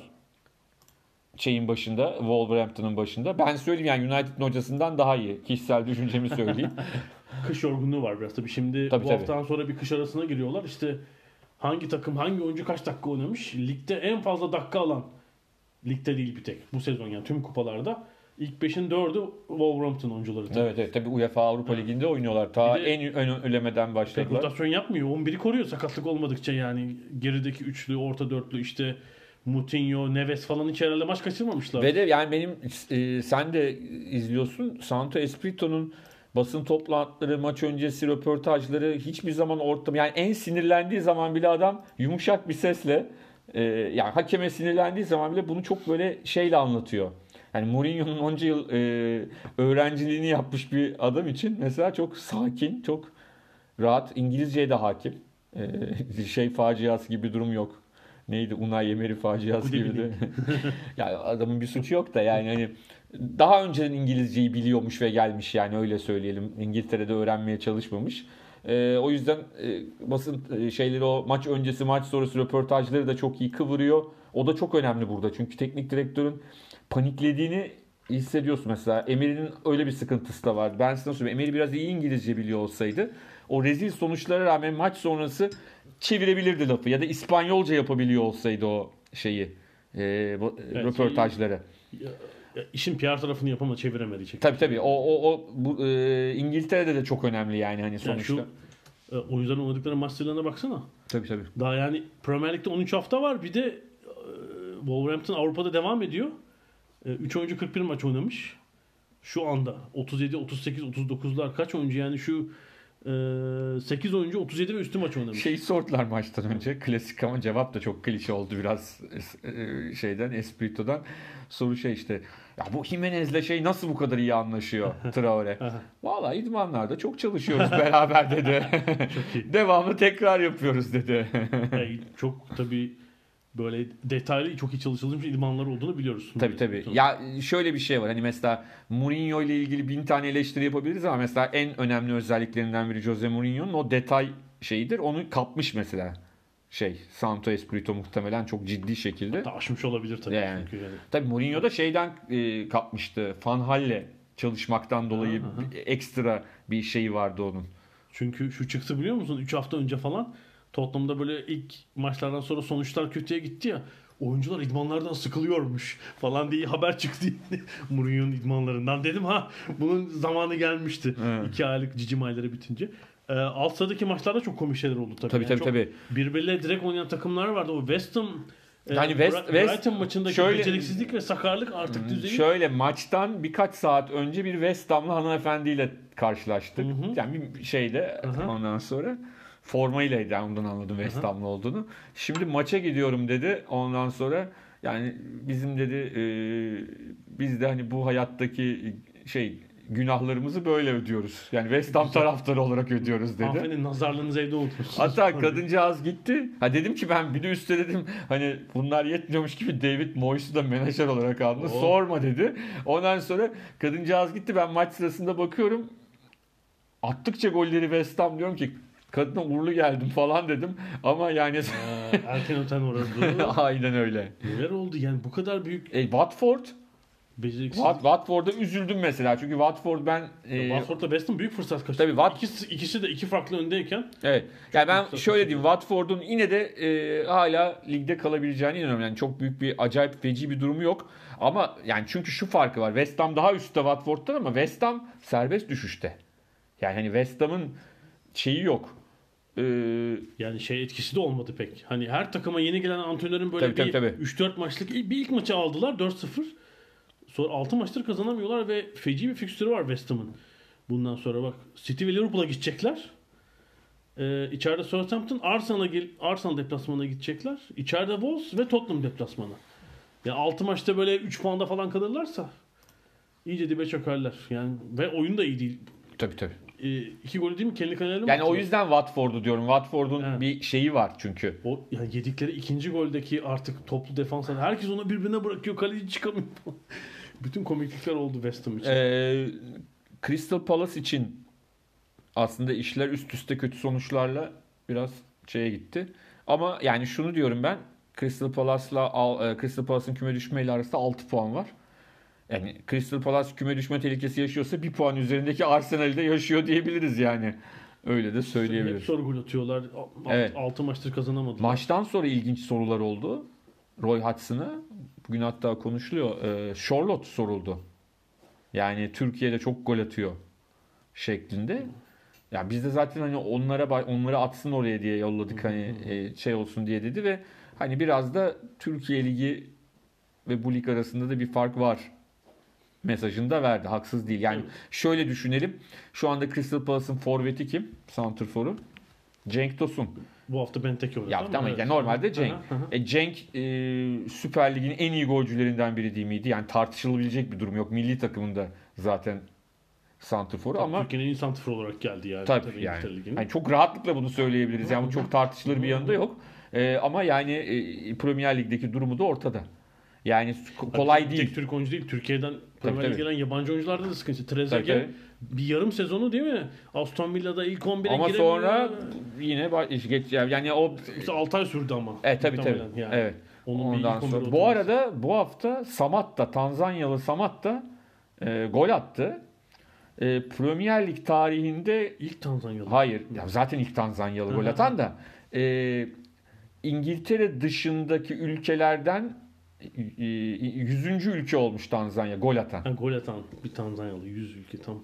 Şeyin başında, Wolverhampton'ın başında. Ben söyleyeyim yani United'ın hocasından daha iyi. Kişisel düşüncemi söyleyeyim. Kış yorgunluğu var biraz tabii. Şimdi tabii, bu tabii. haftadan sonra bir kış arasına giriyorlar. İşte hangi takım, hangi oyuncu kaç dakika oynamış? Ligde en fazla dakika alan, ligde değil bir tek bu sezon yani tüm kupalarda ilk beşin dördü Wolverhampton oyuncuları. Tabii. Evet evet tabii UEFA Avrupa evet. Ligi'nde oynuyorlar. Ta en ön elemeden başladılar. Pek rotasyon yapmıyor. on biri koruyor sakatlık olmadıkça yani. Gerideki üçlü, orta dörtlü işte Moutinho, Neves falan hiç herhalde maç kaçırmamışlar. Ve de yani benim e, sen de izliyorsun. Santo Espirito'nun basın toplantıları, maç öncesi röportajları hiçbir zaman ortam, yani en sinirlendiği zaman bile adam yumuşak bir sesle e, yani hakeme sinirlendiği zaman bile bunu çok böyle şeyle anlatıyor. Yani Mourinho'nun onca yıl e, öğrenciliğini yapmış bir adam için mesela çok sakin, çok rahat, İngilizceye de hakim. E, şey faciası gibi bir durum yok. Neydi? Unai Emery faciası gibi de. Yani adamın bir suçu yok da yani hani daha önceden İngilizceyi biliyormuş ve gelmiş, yani öyle söyleyelim. İngiltere'de öğrenmeye çalışmamış. Ee, o yüzden e, basın e, şeyleri, o maç öncesi maç sonrası röportajları da çok iyi kıvırıyor. O da çok önemli burada. Çünkü teknik direktörün paniklediğini hissediyorsun mesela. Emery'nin öyle bir sıkıntısı da var. Ben size söyleyeyim. Emery biraz iyi İngilizce biliyor olsaydı o rezil sonuçlara rağmen maç sonrası çevirebilirdi lafı. Ya da İspanyolca yapabiliyor olsaydı o şeyi, e, bu, evet, röportajları. Ya, ya işin P R tarafını yapamadı, çeviremedi. Çekti. Tabii tabii. O o o bu e, İngiltere'de de çok önemli yani hani sonuçta. Yani şu e, oyuncuların oynadıkları maç sayılarına baksana. Tabii tabii. Daha yani Premier Lig'de on üç hafta var. Bir de e, Wolverhampton Avrupa'da devam ediyor. E, üç oyuncu kırk bir maç oynamış. Şu anda otuz yedi, otuz sekiz, otuz dokuzlar kaç oyuncu yani şu sekiz oyuncu otuz yedi ve üstü maç oynamış. Şeyi sordular maçtan önce. Klasik ama cevap da çok klişe oldu biraz şeyden, Espirito'dan. Soru şey işte, ya bu Jimenez'le şey nasıl bu kadar iyi anlaşıyor Traore? Valla idmanlarda çok çalışıyoruz beraber dedi. Devamlı tekrar yapıyoruz dedi. Yani çok tabii böyle detaylı, çok iyi çalışılmış idmanlar olduğunu biliyoruz. Tabii tabii. Ya şöyle bir şey var. Hani mesela Mourinho ile ilgili bin tane eleştiri yapabiliriz ama mesela en önemli özelliklerinden biri Jose Mourinho'nun o detay şeyidir. Onu kapmış mesela. Şey, Santo Espirito muhtemelen çok ciddi şekilde. Hatta aşmış olabilir tabii. Yani. Çünkü yani. Tabii Mourinho da şeyden e, kapmıştı. Van Hal'le çalışmaktan dolayı aha, aha. ekstra bir şeyi vardı onun. Çünkü şu çıktı biliyor musun? üç hafta önce falan Tottenham'da böyle ilk maçlardan sonra sonuçlar kötüye gitti ya. Oyuncular idmanlardan sıkılıyormuş falan diye haber çıktı Mourinho'nun idmanlarından. Dedim ha bunun zamanı gelmişti. Evet. İki aylık cicim ayları bitince. Ee, alt sıradaki maçlarda çok komik şeyler oldu tabii. Tabii yani tabii tabii. Birbirleriyle direkt oynayan takımlar vardı. O West Ham yani West, Brighton West, maçındaki şöyle, beceriksizlik ve sakarlık artık düzeyi. Şöyle maçtan birkaç saat önce bir West Ham'lı hanımefendiyle karşılaştık. Hı hı. Yani bir şeyde hı-hı. Ondan sonra formayla, yani ondan anladım West Ham'lı olduğunu. Şimdi maça gidiyorum dedi. Ondan sonra yani bizim dedi e, biz de hani bu hayattaki şey günahlarımızı böyle ödüyoruz. Yani West Ham taraftarı olarak ödüyoruz dedi. Hanımefendi nazarlığınızı evde unutmuşsunuz. Hatta kadıncağız gitti. Ha dedim ki ben bir de üstte dedim hani bunlar yetmiyormuş gibi David Moyes'u da menajer olarak aldı. Oh. Sorma dedi. Ondan sonra kadıncağız gitti. Ben maç sırasında bakıyorum. Attıkça golleri West Ham, diyorum ki kadına uğurlu geldim falan dedim. Ama yani Aa, erken öten uğradı. Aynen öyle. Neler oldu yani bu kadar büyük. E, Watford Beceriksiz. Wat- Watford'a üzüldüm mesela. Çünkü Watford ben e, Watford'da West Ham büyük fırsat kaçırdı. Tabii Wat- İkisi, ikisi de iki farklı öndeyken. evet. Yani ben fırsat şöyle kaçırdı. diyeyim, Watford'un yine de e, hala ligde kalabileceğine inanıyorum. Yani çok büyük bir acayip feci bir durumu yok. Ama yani çünkü şu farkı var. West Ham daha üstte Watford'tan ama West Ham serbest düşüşte. Yani hani West Ham'ın şeyi yok. Ee, Yani şey etkisi de olmadı pek. Hani her takıma yeni gelen antrenörün böyle Tabii, bir tabii, tabii. üç dört maçlık bir ilk maçı aldılar dört sıfır. Sonra altı maçtır kazanamıyorlar ve feci bir fikstürü var West Ham'ın. Bundan sonra bak City ve Liverpool'a gidecekler. Ee, içeride Southampton, Arsenal'a gel- Arsenal deplasmanına gidecekler. İçeride Wolves ve Tottenham deplasmanı. Ya altı maçta böyle üç puanda falan kalırlarsa iyice dibe çökerler. Yani ve oyun da iyi değil. tabii tabii. Ee, iki golü değil mi? Kendi kalelerine mi Yani o attılar? yüzden Watford'u diyorum. Watford'un Evet. bir şeyi var çünkü. O yani yedikleri ikinci goldeki artık toplu defanslar herkes onu birbirine bırakıyor. Kaleci çıkamıyor falan. Bütün komiklikler oldu West Ham için. Ee, Crystal Palace için aslında işler üst üste kötü sonuçlarla biraz şeye gitti. Ama yani şunu diyorum ben. Crystal Palace'la Al- e, Crystal Palace'ın küme düşmeyle arasında altı puan var. Yani Crystal Palace küme düşme tehlikesi yaşıyorsa bir puan üzerindeki Arsenal'de yaşıyor diyebiliriz yani. Öyle de Hep söyleyebiliriz. soru gol atıyorlar. Evet. altı maçtır kazanamadılar. Maçtan sonra ilginç sorular oldu. Roy Hudson'a bugün hatta konuşuluyor. Ee, Charlotte soruldu. Yani Türkiye'de çok gol atıyor şeklinde. Ya biz de zaten hani onlara onları atsın oraya diye yolladık hani e, şey olsun diye dedi ve hani biraz da Türkiye Ligi ve bu lig arasında da bir fark var mesajını da verdi. Haksız değil. Yani Evet. şöyle düşünelim. Şu anda Crystal Palace'ın forveti kim? Santrfor'u. Cenk Tosun. Bu hafta Benteke oynadı. Yaptı ama evet. yani normalde Cenk. Hı hı, hı hı. E, Cenk e, Süper Lig'in en iyi golcülerinden biri değil miydi? Yani tartışılabilecek bir durum yok. Milli takımında zaten santrforu ama Türkiye'nin en iyi santrfor olarak geldi yani. tabii yani. İngiltere Ligi'nin. Yani çok rahatlıkla bunu söyleyebiliriz. Yani bu çok tartışılır bir yanında yok. E, ama yani e, Premier Lig'deki durumu da ortada. Yani ko- kolay Tabii, değil. Tek Türk oyuncu değil. Türkiye'den Premier tabii. Lig'e gelen yabancı oyuncularda da sıkıntı. Tabii, Trezeguet tabii. bir yarım sezonu değil mi? Aston Villa'da ilk on bire Ama giremiyor. sonra yine baş- geç yani o İşte altı ay sürdü ama. e tabii tabii. Muhtemelen yani. Evet. Onun bir Ondan ilk on bir sonra bu oturması. arada bu hafta Samatta, Tanzanyalı Samatta e, gol attı. E, Premier Lig tarihinde İlk Tanzanyalı. hayır ya zaten ilk Tanzanyalı gol Hı hı. atan da e, İngiltere dışındaki ülkelerden e, yüzüncü ülke olmuş Tanzanya gol atan. Ha, gol atan bir Tanzanyalı. yüz ülke tam.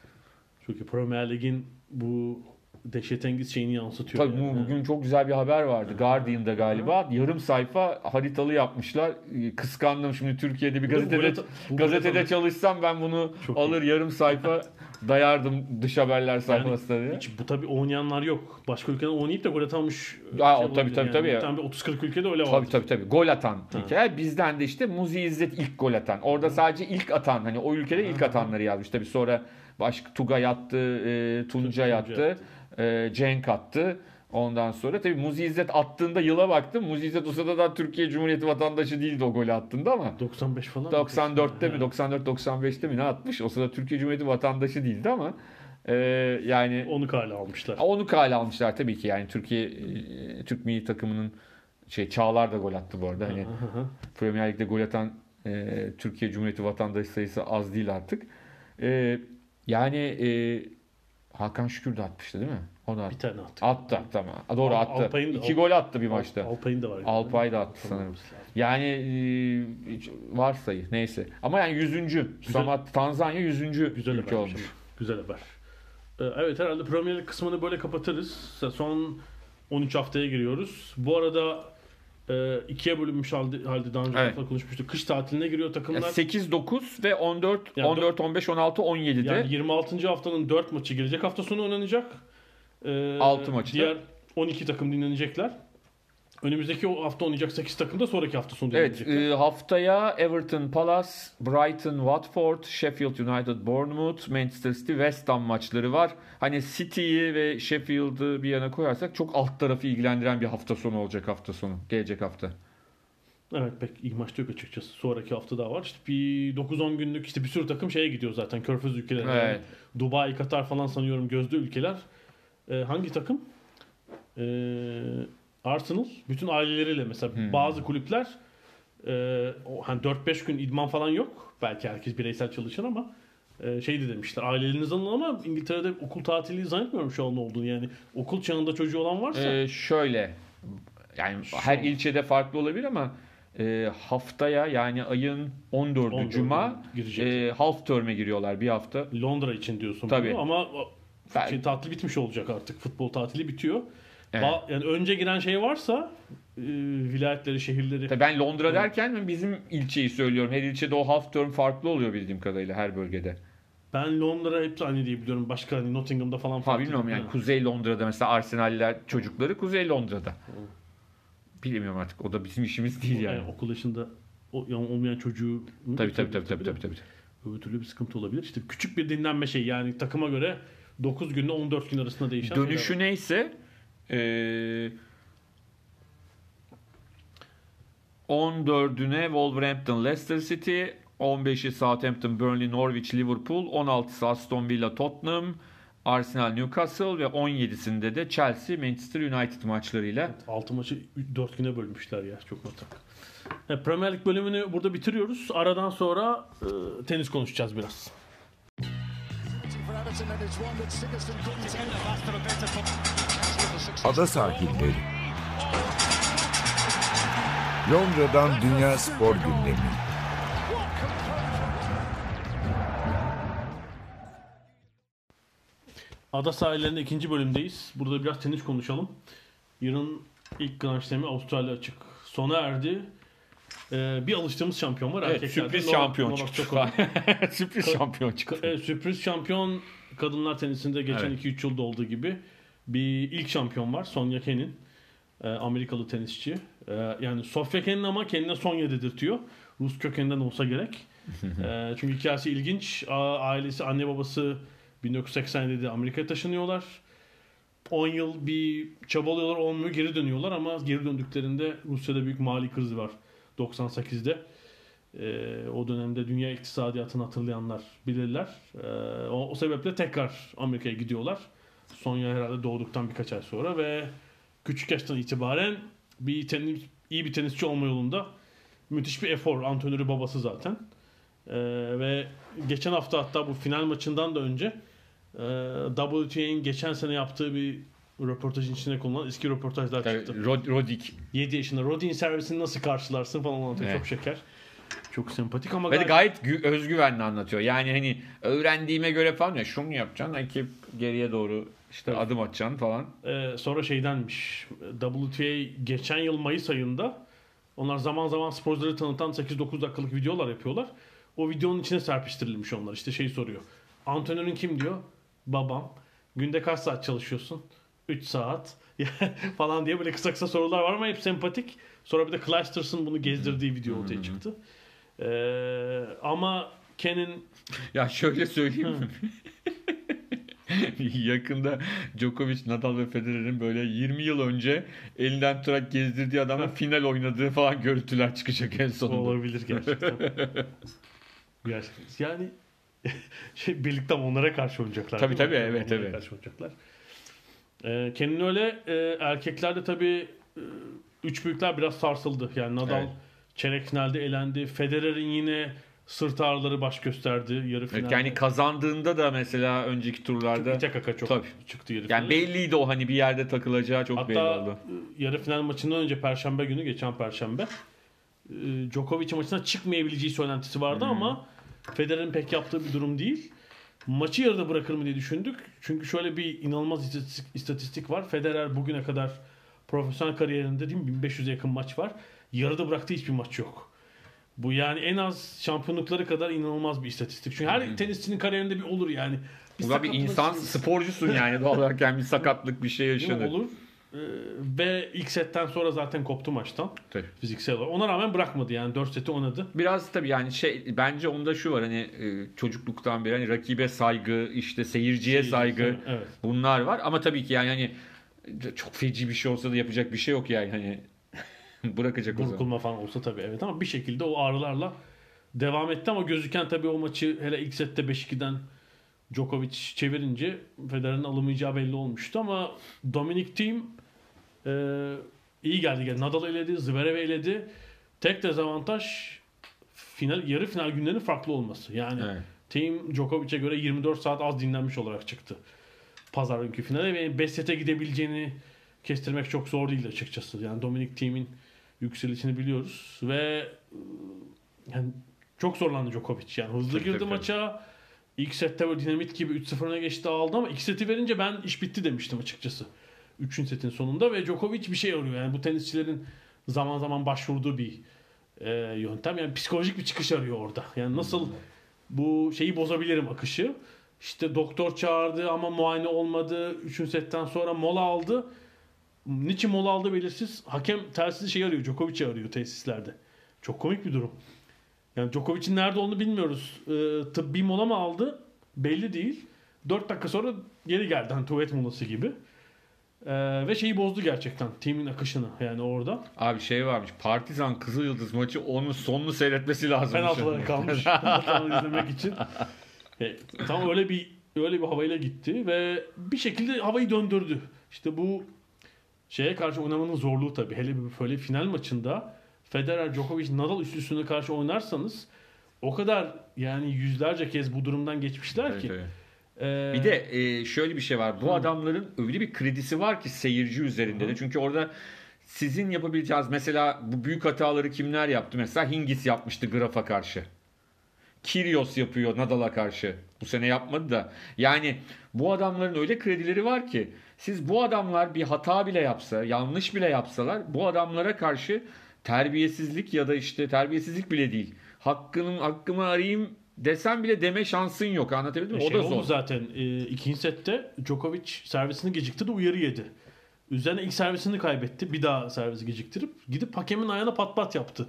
Çünkü Premier Lig'in bu dehşetengiz şeyini yansıtıyor. Tabii bu- yani. bugün çok güzel bir haber vardı. Guardian'da galiba yarım sayfa haritalı yapmışlar. E, Kıskandım şimdi Türkiye'de bir Bu da gazetede gol atan- bu gol gazetede atan- çalışsam ben bunu Çok alır yarım sayfa dayardım dış haberler sayfasına diye. Hiç bu tabii oynayanlar yok. Başka ülkeden oynayıp da gol atamış. Aa, şey o tabii, olabilir tabii, tabii ya. Muhtemelen bir otuz kırk ülkede öyle var. Tabii tabii tabii. Gol atan ülke. Bizden de işte Muzi İzzet ilk gol atan. Orada sadece ilk atan hani o ülkede ilk atanları yazmış. Tabii sonra başka Tugay attı, e, Tunca Tunca yattı, e, Cenk attı. Ondan sonra tabii Muzi İzzet attığında yıla baktım. Muzi İzzet o sırada da Türkiye Cumhuriyeti vatandaşı değildi o golü attığında ama doksan beş falan. doksan dörtte mi Ha. doksan dört doksan beşte mi ne atmış? O sırada Türkiye Cumhuriyeti vatandaşı değildi ama e, yani Onu kale almışlar. onu kale almışlar tabii ki yani Türkiye e, Türk milli takımının şey Çağlar da gol attı bu arada. Hani Hı hı. Premier Lig'de gol atan e, Türkiye Cumhuriyeti vatandaşı sayısı az değil artık. E, yani e, Hakan Şükür de atmıştı değil mi? O da Bir attı. tane attık. Attı tamam. Doğru Al- attı. Alpay'ın da- İki Al- gol attı bir maçta. Alpay'ın da var. Alpay da attı sanırım. Yani e, hiç varsayı neyse. Ama yani yüzüncü. Samat Tanzanya yüzüncü Güzel ülke haber. olmuş. Güzel haber. Ee, Evet herhalde Premier Lig kısmını böyle kapatırız. Son on üç haftaya giriyoruz. Bu arada e, ikiye bölünmüş halde, halde daha önce Evet. konuşmuştuk. Kış tatiline giriyor takımlar. sekiz dokuz ve on dört Yani on dört on beş on altı on yedide Yani yirmi altıncı haftanın dört maçı gelecek hafta sonu oynanacak. Ee, Altı maçta. Diğer on iki takım dinlenecekler. Önümüzdeki o hafta oynayacak sekiz takım da sonraki hafta sonu Evet, dinlenecekler. e, haftaya Everton Palace, Brighton Watford, Sheffield United Bournemouth, Manchester City West Ham maçları var. Hani City'yi ve Sheffield'ı bir yana koyarsak çok alt tarafı ilgilendiren bir hafta sonu olacak hafta sonu. Gelecek hafta. Evet pek iyi maçta yok açıkçası. Sonraki hafta daha var. İşte bir dokuz on günlük işte bir sürü takım şeye gidiyor zaten. Körfez ülkelerine. Evet. Yani Dubai, Katar falan sanıyorum gözde ülkeler. Ee, hangi takım? Ee, Arsenal. Bütün aileleriyle mesela Hmm. bazı kulüpler e, o, hani dört beş gün idman falan yok. Belki herkes bireysel çalışır ama e, şeydi demişler. Ailelerinizden alın ama İngiltere'de okul tatili zannetmiyorum şu an olduğunu. Yani okul çağında çocuğu olan varsa. Ee, şöyle yani Şu her an- ilçede farklı olabilir ama e, haftaya yani ayın on dördü on dördü Cuma girecek. e, half term'e giriyorlar bir hafta. Londra için diyorsun Tabii. bunu ama o- Ben- şey, tatil bitmiş olacak artık. Futbol tatili bitiyor. Evet. Ba- yani önce giren şey varsa e, vilayetleri, şehirleri. Tabii ben Londra derken bizim ilçeyi söylüyorum. Her ilçede o half term farklı oluyor bildiğim kadarıyla her bölgede. Ben Londra hep aynı diye biliyorum. Başka hani Nottingham'da falan Ha farklı bilmiyorum değil yani mi? Kuzey Londra'da mesela Arsenal'ler çocukları Kuzey Londra'da. Bilmiyorum artık o da bizim işimiz değil yani. Yani okul yaşında o, yani olmayan çocuğu Tabii tabii tabii tabii tabii. tabii. öbür türlü bir sıkıntı olabilir. İşte küçük bir dinlenme şeyi yani takıma göre dokuz günle on dört gün arasında değişen Dönüşü şeyler var. neyse eee on dördüne Wolverhampton Leicester City, on beşi Southampton Burnley Norwich Liverpool, on altısı Aston Villa Tottenham, Arsenal Newcastle ve on yedisinde de Chelsea Manchester United maçlarıyla. altı maçı dört güne bölmüşler ya. Çok matrak. Evet, Premier Lig bölümünü burada bitiriyoruz. Aradan sonra e, tenis konuşacağız biraz. Ada sahilleri. Londra'dan Dünya Spor Gündemi. Ada sahillerinde ikinci bölümdeyiz. Burada biraz tenis konuşalım. Yarın ilk Grand Slam'i Avustralya açık sona erdi. Ee, bir alıştığımız şampiyon var. Evet, Erkeklerde sürpriz Novak- şampiyon Novak çıktı. Djokovic. Sürpriz şampiyon çıktı. Evet, sürpriz şampiyon kadınlar tenisinde geçen Evet. iki üç yılda olduğu gibi bir ilk şampiyon var. Sonya Kenin. Ee, Amerikalı tenisçi. Ee, yani Sofia Kenin ama kendine Sonya dedirtiyor. Rus kökeninden olsa gerek. Ee, çünkü hikayesi ilginç. A- ailesi, anne babası bin dokuz yüz seksen yedide Amerika'ya taşınıyorlar. on yıl bir çabalıyorlar, olmuyor, geri dönüyorlar ama geri döndüklerinde Rusya'da büyük mali krizi var doksan sekizde. Ee, o dönemde dünya iktisadiyatını hatırlayanlar bilirler. Ee, o, o sebeple tekrar Amerika'ya gidiyorlar. Sonya herhalde doğduktan birkaç ay sonra ve küçük yaştan itibaren bir tenis, iyi bir tenisçi olma yolunda müthiş bir efor. Antrenörü babası zaten. Ee, ve geçen hafta hatta bu final maçından da önce e, W T A'nin geçen sene yaptığı bir röportajın içine konulan eski röportajlar çıktı. Rod- Rodik. yedi yaşında Rodin servisini nasıl karşılarsın falan anlatıyor. Evet. Çok şeker. Çok sempatik ama Ve de gayet- gayet gü- özgüvenli anlatıyor. Yani hani öğrendiğime göre falan ya şunu yapacaksın, ekip geriye doğru işte Evet. adım atacaksın falan. Ee, sonra şeydenmiş. W T A geçen yıl Mayıs ayında onlar zaman zaman sporcuları tanıtan sekiz dokuz dakikalık videolar yapıyorlar. O videonun içine serpiştirilmiş onlar. İşte şey soruyor. Antrenörün kim diyor? Babam. Günde kaç saat çalışıyorsun? üç saat falan diye böyle kısa kısa sorular var ama hep sempatik. Sonra bir de Clijsters'ın bunu gezdirdiği video ortaya çıktı. Ee, ama Ken'in Ya şöyle söyleyeyim mi? Yakında Djokovic, Nadal ve Federer'in böyle yirmi yıl önce elinden tutarak gezdirdiği adamın final oynadığı falan görüntüler çıkacak en sonunda. olabilir gerçekten. Gerçekten. Yani şey birlikte onlara karşı oynayacaklar. Tabii, değil mi? tabii, evet, Onlara evet. karşı oynayacaklar. Ee, Ken'in öyle e, erkeklerde tabii e, üç büyükler biraz sarsıldı. Yani Nadal Evet. çeyrek finalde elendi. Federer'in yine sırt ağrıları baş gösterdi yarı Evet, finalde. yani kazandığında da mesela önceki turlarda İte kaka çok Tabii. çıktı yarı yani finale. belliydi o hani bir yerde takılacağı çok belli Hatta oldu. e, yarı final maçından önce Perşembe günü, geçen Perşembe e, Djokovic maçına çıkmayabileceği söylentisi vardı ama Federer'in pek yaptığı bir durum değil. Maçı yarıda bırakır mı diye düşündük. Çünkü şöyle bir inanılmaz istatistik, istatistik var. Federer bugüne kadar profesyonel kariyerinde değil mi bin beş yüze yakın maç var. Yarıda bıraktığı hiçbir maç yok. Bu yani en az şampiyonlukları kadar inanılmaz bir istatistik. Çünkü her tenisçinin kariyerinde bir olur yani. Bu da bir sakatlık- insan sporcusun yani doğal olarak yani bir sakatlık bir şey Değil mi? yaşanır. Olur. Ee, ve ilk setten sonra zaten koptu maçtan. Tabii. Fiziksel olarak. Ona rağmen bırakmadı yani. dört seti oynadı. Biraz tabii yani şey bence onda şu var hani e, çocukluktan beri hani rakibe saygı, işte seyirciye saygı Evet. bunlar var ama tabii ki yani hani çok feci bir şey olsa da yapacak bir şey yok yani hani bırakacak o zaman. Burkulma falan olsa tabii evet ama bir şekilde o ağrılarla devam etti ama gözüken tabii o maçı hele ilk sette beş ikiden Djokovic çevirince Federer'in alamayacağı belli olmuştu ama Dominic Thiem e, iyi geldi. geldi. Nadal eledi, Zverev eledi. Tek dezavantaj final yarı final günlerinin farklı olması. Yani Evet. Thiem Djokovic'e göre yirmi dört saat az dinlenmiş olarak çıktı pazar günkü finale ve beş sete gidebileceğini kestirmek çok zor değil açıkçası. Yani Dominic Thiem'in yükselişini biliyoruz ve yani çok zorlandı Djokovic. Yani hızlı Tabii, girdi tabii, maça. İlk sette böyle dinamit gibi üç sıfır öne geçti, aldı ama iki seti verince ben iş bitti demiştim açıkçası. Üçüncü setin sonunda ve Djokovic bir şey arıyor. Yani bu tenisçilerin zaman zaman başvurduğu bir e, yöntem. Yani psikolojik bir çıkış arıyor orada. Yani nasıl bu şeyi bozabilirim akışı. İşte doktor çağırdı ama muayene olmadı. Üçüncü setten sonra mola aldı. Niçin mola aldı belirsiz. Hakem tersi şey arıyor. Djokovic'i arıyor tesislerde. Çok komik bir durum. Yani Djokovic'in nerede olduğunu bilmiyoruz. Ee, tıbbi mola mı aldı? Belli değil. dört dakika sonra geri geldi. Hani tuvalet molası gibi. Ee, ve şeyi bozdu gerçekten. Timin akışını yani orada. Abi şey varmış. Partizan Kızılyıldız maçı onun sonunu seyretmesi lazım. Penaltılara kalmış. Penaltıları izlemek için. E, tam öyle bir öyle bir havayla gitti ve bir şekilde havayı döndürdü. İşte bu şeye karşı oynamanın zorluğu tabii. Hele bir böyle final maçında Federer, Djokovic, Nadal üst üstüne karşı oynarsanız o kadar yani yüzlerce kez bu durumdan geçmişler Evet, ki. evet. E, Bir de e, şöyle bir şey var. Bu Hı. adamların öyle bir kredisi var ki seyirci üzerinde Hı. de. Çünkü orada sizin yapabileceğiniz mesela bu büyük hataları kimler yaptı? Mesela Hingis yapmıştı Graf'a karşı. Kyrgios yapıyor Nadal'a karşı. Bu sene yapmadı da. Yani bu adamların öyle kredileri var ki siz bu adamlar bir hata bile yapsa, yanlış bile yapsalar bu adamlara karşı terbiyesizlik ya da işte terbiyesizlik bile değil. Hakkının hakkımı arayayım desem bile deme şansın yok. Anlatabildim mi? O şey da oldu zor. zaten. E, ikinci sette Djokovic servisini geciktirdi, uyarı yedi. Üzerine ilk servisini kaybetti. Bir daha servisi geciktirip gidip hakemin ayağına pat pat yaptı.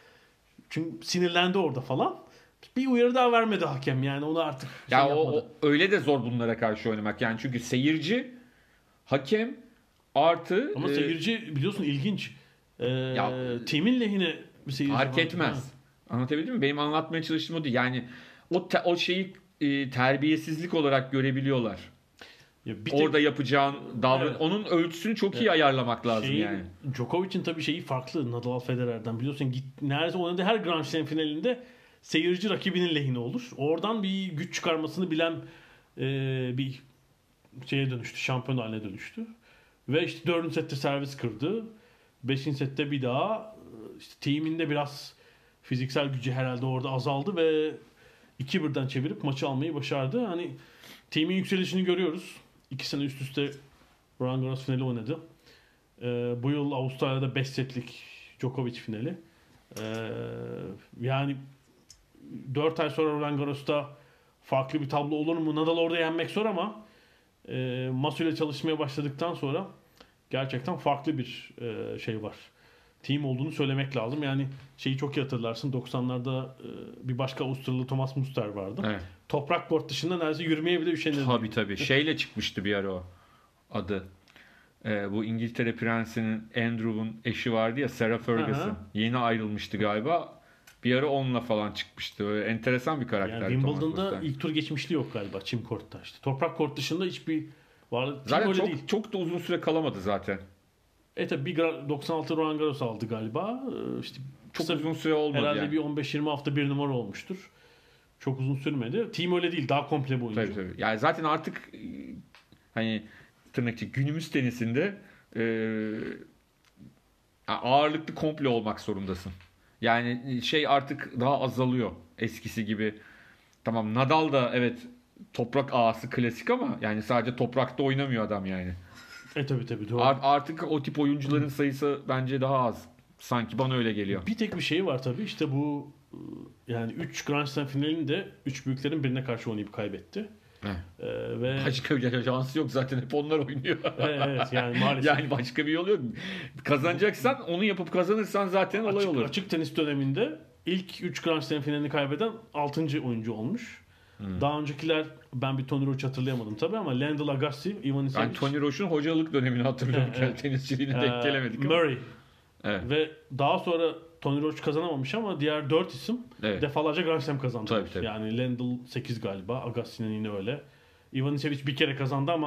Çünkü sinirlendi orada falan. Bir uyarı daha vermedi hakem yani onu artık şey Ya o, yapmadı. o öyle de zor bunlara karşı oynamak. Yani çünkü seyirci, hakem artı Ama e, seyirci biliyorsun ilginç. Ee, Ya, Timin lehine bir seyirci fark var. etmez. Anlatabildim mi? Benim anlatmaya çalıştığım o değil. Yani o te- o şeyi e, terbiyesizlik olarak görebiliyorlar. Ya bir tek Orada yapacağın davran Evet. onun ölçüsünü çok iyi Evet. ayarlamak lazım şeyi, yani. Djokovic'in tabii şeyi farklı Nadal Federer'den. Biliyorsun git, neredeyse oynadığı her Grand Slam finalinde seyirci rakibinin lehine olur. Oradan bir güç çıkarmasını bilen e, bir şeye dönüştü. Şampiyon haline dönüştü. Ve işte dördüncü sette servis kırdı. Beşinci sette bir daha işte Thiem'in biraz fiziksel gücü herhalde orada azaldı ve iki birden çevirip maçı almayı başardı. Hani Thiem'in yükselişini görüyoruz. İki sene üst üste Roland Garros finali oynadı. Ee, bu yıl Avustralya'da beş setlik Djokovic finali. Ee, yani dört ay sonra Roland Garros'ta farklı bir tablo olur mu? Nadal orada yenmek zor ama e, Masu ile çalışmaya başladıktan sonra gerçekten farklı bir e, şey var. Team olduğunu söylemek lazım. Yani şeyi çok iyi hatırlarsın. doksanlarda e, bir başka Avustralyalı Thomas Muster vardı. Evet. Toprak kort dışında neredeyse yürümeye bile üşenirdi. Tabii tabii. Şeyle çıkmıştı bir ara o adı. Ee, bu İngiltere prensinin Andrew'un eşi vardı ya Sarah Ferguson. Aha. Yeni ayrılmıştı galiba. Bir ara onunla falan çıkmıştı. Öyle enteresan bir karakter. Yani Wimbledon'da ilk tur geçmişliği yok galiba çim kortta. İşte toprak kort dışında hiçbir varlık Zaten öyle çok, değil. çok da uzun süre kalamadı zaten. E tabi bir gra- doksan altı Roland Garros aldı galiba. Ee, İşte Çok kısa, uzun süre olmadı herhalde yani. bir on beş yirmi hafta bir numara olmuştur. Çok uzun sürmedi. Team öyle değil. Daha komple bir oyuncu. Tabii tabii. Yani zaten artık e, hani tırnakçı günümüz tenisinde e, ağırlıklı komple olmak zorundasın. Yani şey artık daha azalıyor eskisi gibi. Tamam Nadal da evet toprak ağası klasik ama yani sadece toprakta oynamıyor adam yani. E tabi tabi doğru. Art- artık o tip oyuncuların sayısı bence daha az. Sanki bana öyle geliyor. Bir tek bir şey var tabi işte bu yani üç Grand Slam finalinde üç büyüklerin birine karşı oynayıp kaybetti. Evet. Ee, ve Başka bir şansı yok zaten hep onlar oynuyor. evet, evet yani maalesef. Yani başka bir yol yok. Kazanacaksan onu yapıp kazanırsan zaten olay açık, olur. açık tenis döneminde ilk üç Grand Slam finalini kaybeden altıncı oyuncu olmuş. Hmm. Daha öncekiler ben bir Tony Roach hatırlayamadım tabi ama Lendl Agassi, Ivan Isavic, Ben Tony Roche'un hocalık dönemini hatırlıyorum. Evet, evet. Tenisçiliğine e, denk gelemedik ama. Murray Evet. ve daha sonra Tony Roach kazanamamış ama diğer dört isim Evet. defalarca Grand Slam kazandı. Tabii, tabii. Yani Lendl sekiz galiba, Agassi'nin yine öyle. Ivan Isavic bir kere kazandı ama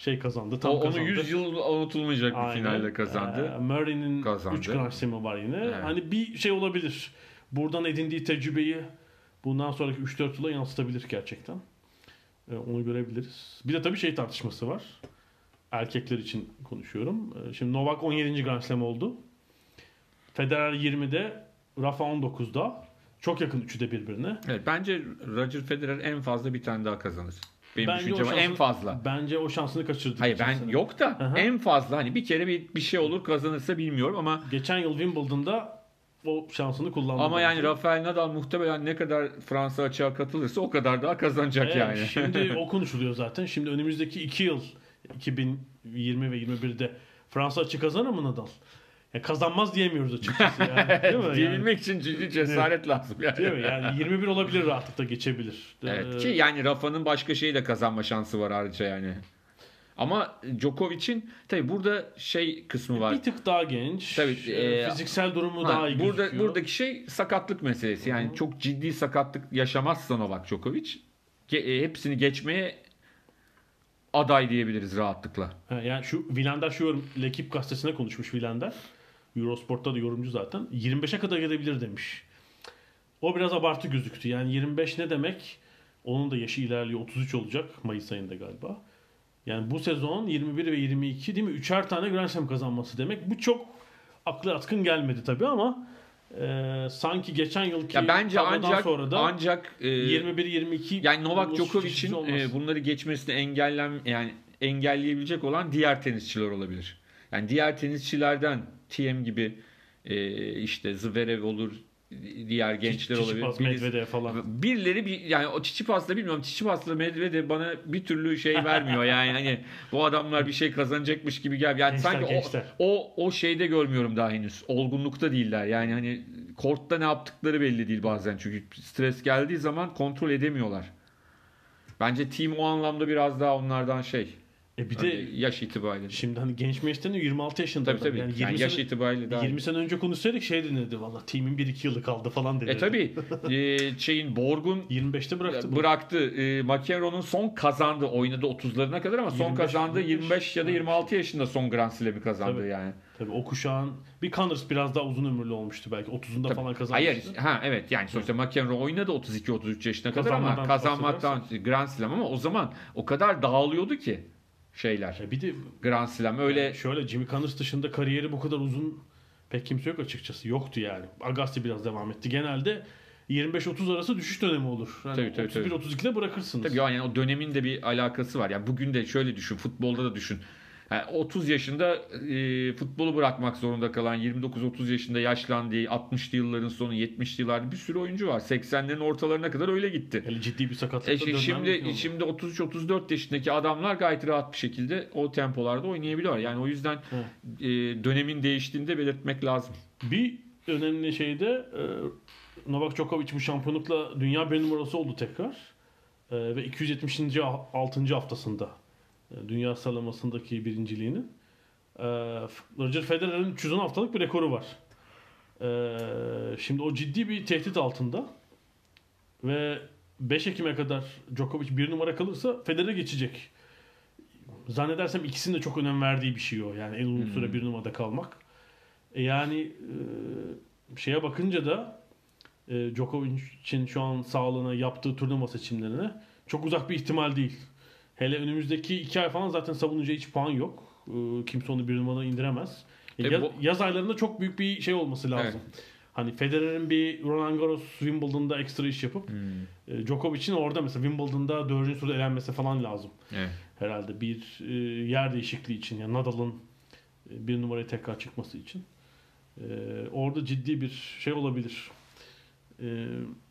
şey kazandı. Tam O, onu kazandı. yüz yıl unutulmayacak bir Aynen. finalde kazandı. Ee, Murray'nin Kazandı. üç Grand Slam'ı var yine. Evet. Hani bir şey olabilir. Buradan edindiği tecrübeyi bundan sonraki üç dört yıla yansıtabilir gerçekten. Ee, onu görebiliriz. Bir de tabii şey tartışması var. Erkekler için konuşuyorum. Ee, şimdi Novak on yedinci Grand Slam oldu. Federer yirmide, Rafa on dokuzda. Çok yakın üçü de birbirine. Evet, bence Roger Federer en fazla bir tane daha kazanır. Benim Bence düşüncem o en şansın- fazla. Bence o şansını kaçırdı. Hayır geçen ben sene. yok da Aha. en fazla hani bir kere bir, bir şey olur kazanırsa bilmiyorum ama Geçen yıl Wimbledon'da o şansını kullandı. ama bence. yani Rafael Nadal muhtemelen ne kadar Fransa açığa katılırsa o kadar daha kazanacak Evet, yani. Şimdi o konuşuluyor zaten. Şimdi önümüzdeki iki yıl iki bin yirmi ve yirmi birde Fransa açık kazanır mı Nadal? Ya kazanmaz diyemiyoruz açıkçası. Yani. Değil mi? Yani, Diyebilmek için ciddi cesaret lazım yani. değil mi? Yani yirmi bir olabilir, rahatlıkla geçebilir. Evet Ee, ki yani Rafa'nın başka şeyi de kazanma şansı var ayrıca yani. Ama Djokovic'in tabii burada şey kısmı var. bir tık daha genç. Tabii, Ee, e, fiziksel durumu Ha, daha iyi burada gözüküyor. buradaki şey sakatlık meselesi. Yani Hı. çok ciddi sakatlık yaşamazsa Novak Djokovic ge- e, hepsini geçmeye aday diyebiliriz rahatlıkla. Ha, yani şu Vilander şu yorum, L'Equipe gazetesine konuşmuş Vilander. Eurosport'ta da yorumcu zaten. yirmi beşe kadar gelebilir demiş. O biraz abartı gözüktü. Yani yirmi beş ne demek? Onun da yaşı ilerliyor. otuz üç olacak Mayıs ayında galiba. Yani bu sezon yirmi bir ve yirmi iki değil mi? Üçer tane Grand Slam kazanması demek. Bu çok aklı yatkın gelmedi tabii ama e, sanki geçen yılki Ya bence tablodan ancak sonra da ancak e, yirmi bir yirmi iki yani Novak olması Djokovic'in şaşırtıcı olmaz. e, bunları geçmesini engellem yani engelleyebilecek olan diğer tenisçiler olabilir. Yani diğer tenisçilerden T M gibi e, işte Zverev olur, diğer gençler olabilir. Tsitsipas, Birisi- Medvedev falan. Birileri bir yani o Tsitsipas'la bilmiyorum. Tsitsipas'la Medvedev bana bir türlü şey vermiyor yani hani bu adamlar bir şey kazanacakmış gibi gel. Yani Gençler, sanki gençler. o o o şeyde görmüyorum daha henüz. Olgunlukta değiller. Yani hani kortta ne yaptıkları belli değil bazen. Çünkü stres geldiği zaman kontrol edemiyorlar. Bence team o anlamda biraz daha onlardan şey. E bir Hani de yaş itibariyle. şimdi hani genç meşten yirmi altı yaşında Tabii adam. tabii. Yani Yani, yirmi yaş sene, itibariyle daha. yirmi sene önce konuşsaydık şey denirdi valla team'in bir iki yılı kaldı falan denirdi. E tabii. e, şeyin Borg'un yirmi beşte bıraktı. bu. bıraktı. E, McEnroe'nun son kazandı. Oynadı otuzlarına kadar ama son yirmi beş, kazandığı yirmi beş. yirmi beş ya da yirmi altı yaşında son Grand Slam'i kazandı Tabii. yani. Tabii o kuşağın bir Connors biraz daha uzun ömürlü olmuştu belki. otuzunda Tabii. falan kazanmıştı. Hayır. Ha evet yani sonuçta McEnroe oynadı otuz iki otuz üç yaşına kadar ama Kazanmadan kazanmaktan Grand Slam ama o zaman o kadar dağılıyordu ki şeyler. E bir de Grand Slam öyle şöyle Jimmy Connors dışında kariyeri bu kadar uzun pek kimse yok açıkçası. Yoktu yani. Agassi biraz devam etti. Genelde yirmi beş otuz arası düşüş dönemi olur. Yani Tabii, tabii, otuz bir otuz ikide bırakırsınız. tabii yani o dönemin de bir alakası var. Yani bugün de şöyle düşün, futbolda da düşün. Yani otuz yaşında e, futbolu bırakmak zorunda kalan, yirmi dokuz otuz yaşında yaşlandığı, altmışlı yılların sonu, yetmişli yıllarda bir sürü oyuncu var. seksenlerin ortalarına kadar öyle gitti. Yani ciddi bir sakatlıkla E şi- dönmem şimdi mümkün oldu. şimdi otuz üç otuz dört yaşındaki adamlar gayet rahat bir şekilde o tempolarda oynayabiliyor. Yani o yüzden Evet. e, dönemin değiştiğini de belirtmek lazım. Bir önemli şey de e, Novak Djokovic bu şampiyonlukla dünya bir numarası oldu tekrar. E, ve iki yüz yetmişinci altıncı haftasında e, dünya sıralamasındaki birinciliğinin. E, Roger Federer'in üç yüz on haftalık bir rekoru var. E, şimdi o ciddi bir tehdit altında. Ve beş Ekim'e kadar Djokovic bir numara kalırsa Federer geçecek. Zannedersem ikisinin de çok önem verdiği bir şey o. Yani en uzun süre Hmm. bir numarada kalmak. E yani e, şeye bakınca da e, Djokovic'in şu an sağlığına yaptığı turnuva seçimlerine çok uzak bir ihtimal değil. Hele önümüzdeki iki ay falan zaten savunacağı hiç puan yok. E, kimse onu bir numaradan indiremez. E, E, yaz, bu- yaz aylarında çok büyük bir şey olması lazım. Hani Federer'in bir Roland Garros Wimbledon'da ekstra iş yapıp Hmm. e, Djokovic'in orada mesela Wimbledon'da dördüncü turda elenmesi falan lazım. Evet. Herhalde bir e, yer değişikliği için. Yani Nadal'ın e, bir numaraya tekrar çıkması için. E, orada ciddi bir şey olabilir. E,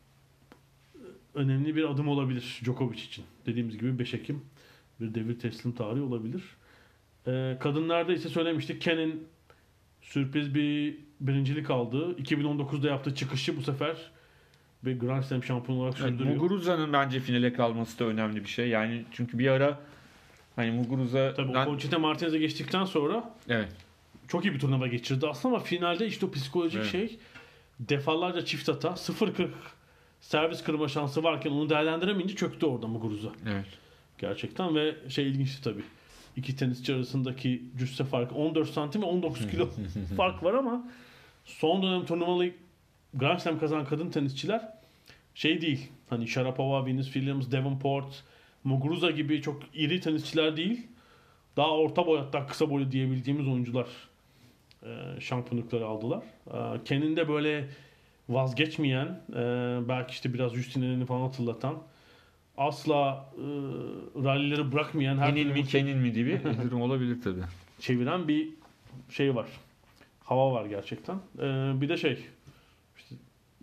önemli bir adım olabilir Djokovic için. Dediğimiz gibi beş Ekim bir devir teslim tarihi olabilir. E, kadınlarda ise söylemiştik. Ken'in sürpriz bir birincilik aldığı, iki bin on dokuzda yaptığı çıkışı bu sefer bir Grand Slam şampiyonu olarak Evet, sürdürüyor. Muguruza'nın bence finale kalması da önemli bir şey. Yani çünkü bir ara hani Tabii o Muguruza'dan Conchita Martinez'e geçtikten sonra evet. çok iyi bir turnuva geçirdi aslında ama finalde işte o psikolojik Evet. şey defalarca çift hata sıfır kırk servis kırma şansı varken onu değerlendiremeyince çöktü orada Muguruza. Evet. Gerçekten ve şey ilginçti tabii. iki tenisçi arasındaki cüsse farkı on dört santim ve on dokuz kilo fark var ama son dönem turnuvalı Grand Slam kazanan kadın tenisçiler şey değil. Hani Sharapova, Venus Williams, Davenport, Muguruza gibi çok iri tenisçiler değil. Daha orta boy, hatta kısa boylu diyebildiğimiz oyuncular e, şampiyonlukları aldılar. E, kendinde böyle vazgeçmeyen, e, belki işte biraz Justin'ini falan hatırlatan, asla e, rallileri bırakmayan, her Kenin türlü mi Kenin mi gibi bir durum olabilir tabii. çeviren bir şey var. Hava var gerçekten. E, bir de şey, işte,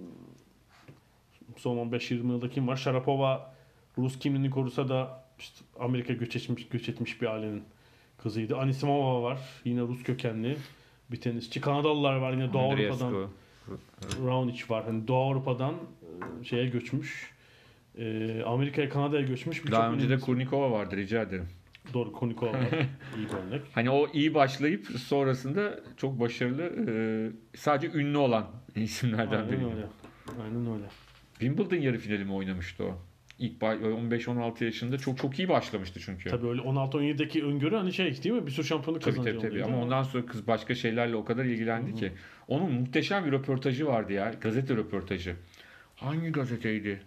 son on beş yirmi yılda kim var? Sharapova Rus kimliğini korusa da işte Amerika göç etmiş, göç etmiş bir ailenin kızıydı. Anisimova var. Yine Rus kökenli bir tenisçi. Kanadalılar var yine Doğu Avrupa'dan. Raonic var. Hani Doğu Avrupa'dan e, şeye göçmüş. E, Amerika'ya, Kanada'ya göçmüş. Bir Daha çok önce de önemli- Kurnikova vardı, rica ederim. Doğru, Konikova var. İyi bir örnek. Hani o iyi başlayıp sonrasında çok başarılı, e, sadece ünlü olan isimlerden Aynen biri. öyle. Aynen öyle. Wimbledon yarı finali mi oynamıştı o? İlk on beş on altı yaşında çok çok iyi başlamıştı çünkü. Tabii öyle on altı on yedideki öngörü hani şey değil mi? Bir sürü şampiyonluk Tabii kazanacak. tabii tabii. Ama ondan sonra kız başka şeylerle o kadar ilgilendi Hı hı. ki. Onun muhteşem bir röportajı vardı ya. Gazete röportajı. Hangi gazeteydi?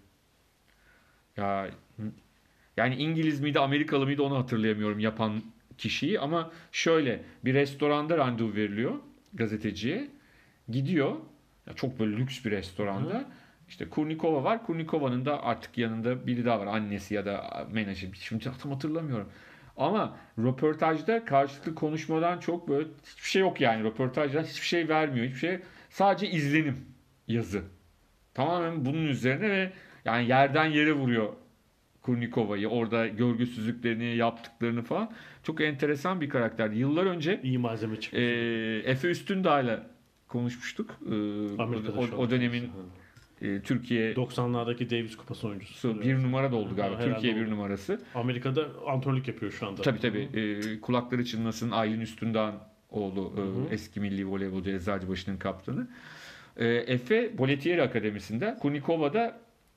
Ya yani İngiliz miydi, Amerikalı mıydı onu hatırlayamıyorum yapan kişiyi, ama şöyle bir restoranda randevu veriliyor gazeteciye. Gidiyor. Ya çok böyle lüks bir restoranda. Hı. İşte Kurnikova var. Kurnikova'nın da artık yanında biri daha var. Annesi ya da menajeri. Şimdi tam hatırlamıyorum. Ama röportajda karşılıklı konuşmadan çok böyle hiçbir şey yok yani. Röportajdan hiçbir şey vermiyor. Hiçbir şey. Sadece izlenim yazı. Tamamen bunun üzerine ve yani yerden yere vuruyor Kurnikova'yı. Orada görgüsüzlüklerini, yaptıklarını falan. Çok enteresan bir karakterdi. Yıllar önce İyi malzeme çıkmış. e, Efe Üstündağ'la konuşmuştuk. E, Amerika'da o, şu o an. dönemin e, Türkiye doksanlardaki Davis Kupası oyuncusu. bir numara da oldu galiba. Herhalde Türkiye bir oldu. numarası. Amerika'da antrenörlük yapıyor şu anda. Tabii tabii. E, kulakları çınlasın, Aylin Üstündağ'ın oğlu. E, Hı hı. eski milli voleybolcu, Eczacıbaşı'nın kaptanı. E, Efe Boletieri Akademisi'nde. Kurnikova'da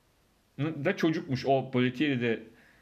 da çocukmuş. O Boletieri'de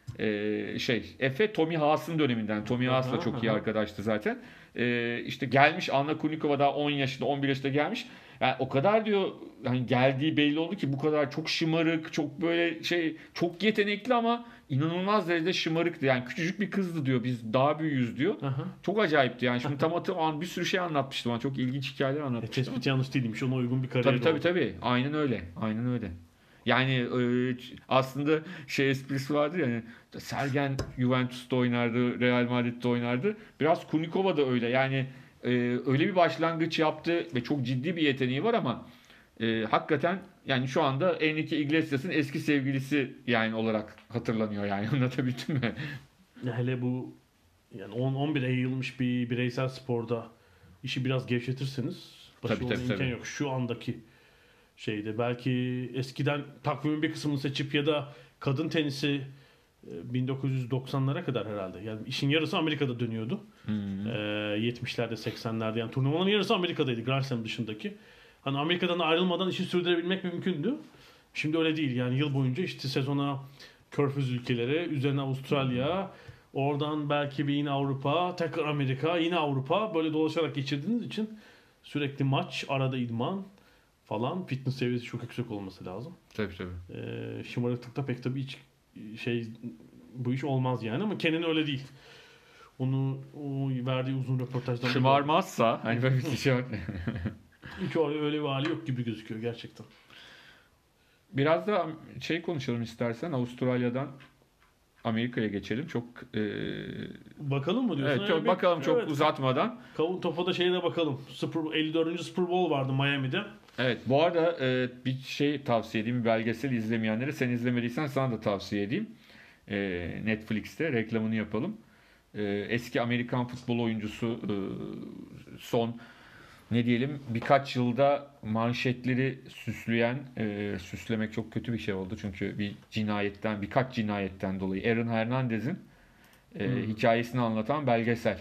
e, şey Efe Tommy Haas'ın döneminden. Tommy Haas'la Aha, çok iyi aha. arkadaştı zaten. E, işte gelmiş Anna Kurnikova daha on yaşında, on bir yaşında gelmiş. Yani o kadar diyor hani geldiği belli oldu ki bu kadar çok şımarık, çok böyle şey, çok yetenekli ama inanılmaz derecede şımarıktı. Yani küçücük bir kızdı diyor. Biz daha büyüğüz diyor. Aha. Çok acayipti yani. Şimdi tam hatırlamıyorum, bir sürü şey anlatmıştı bana. Çok ilginç hikayeler E, anlatmıştı. tespit yanlış değilmiş. Ona uygun bir kariyer Tabii tabii oldu. tabii. Aynen öyle. Aynen öyle. Yani e, aslında şey esprisi vardır yani, Sergen Juventus'ta oynardı, Real Madrid'de oynardı. Biraz Kurnikova da öyle. Yani e, öyle bir başlangıç yaptı ve çok ciddi bir yeteneği var ama e, hakikaten yani şu anda Enrique Iglesias'ın eski sevgilisi yani olarak hatırlanıyor yani. Anlatabildim mi? Ya hele bu yani on on bire yayılmış bir bireysel sporda işi biraz gevşetirseniz başarılı Tabii, tabii, imkan tabii. yok. Şu andaki şeyde belki eskiden takvimin bir kısmını seçip ya da kadın tenisi e, bin dokuz yüz doksanlara kadar herhalde. Yani işin yarısı Amerika'da dönüyordu. Hmm. Ee, yetmişlerde seksenlerde yani turnuvaların yarısı Amerika'daydı Grand Slam dışındaki. Hani Amerika'dan ayrılmadan işi sürdürebilmek mümkündü. Şimdi öyle değil. Yani yıl boyunca işte sezona Körfez ülkeleri, üzerine Avustralya, oradan belki bir yine Avrupa, tekrar Amerika, yine Avrupa, böyle dolaşarak geçirdiğiniz için sürekli maç, arada idman falan, fitness seviyesi çok yüksek olması lazım. Tabii tabii. Ee, şımarıklıkta pek tabii hiç şey bu iş olmaz yani ama Kenan öyle değil. Onu o verdiği uzun röportajdan Şımarmazsa hani böyle bir şey var. hiç öyle, öyle bir hali yok gibi gözüküyor gerçekten. Biraz da şey konuşalım istersen, Avustralya'dan Amerika'ya geçelim. Çok e, Bakalım mı diyorsun? evet, çok Evet, bakalım çok evet. uzatmadan. Kavun topa da şeye de bakalım. Super, elli dördüncü Super Bowl vardı Miami'de. Evet, bu arada e, bir şey tavsiye edeyim, bir belgesel izlemeyenlere. Sen izlemediysen sana da tavsiye edeyim. E, Netflix'te reklamını yapalım. E, eski Amerikan futbol oyuncusu, e, son ne diyelim birkaç yılda manşetleri süsleyen, e, süslemek çok kötü bir şey oldu çünkü bir cinayetten, birkaç cinayetten dolayı Aaron Hernandez'in e, Hmm. hikayesini anlatan belgesel.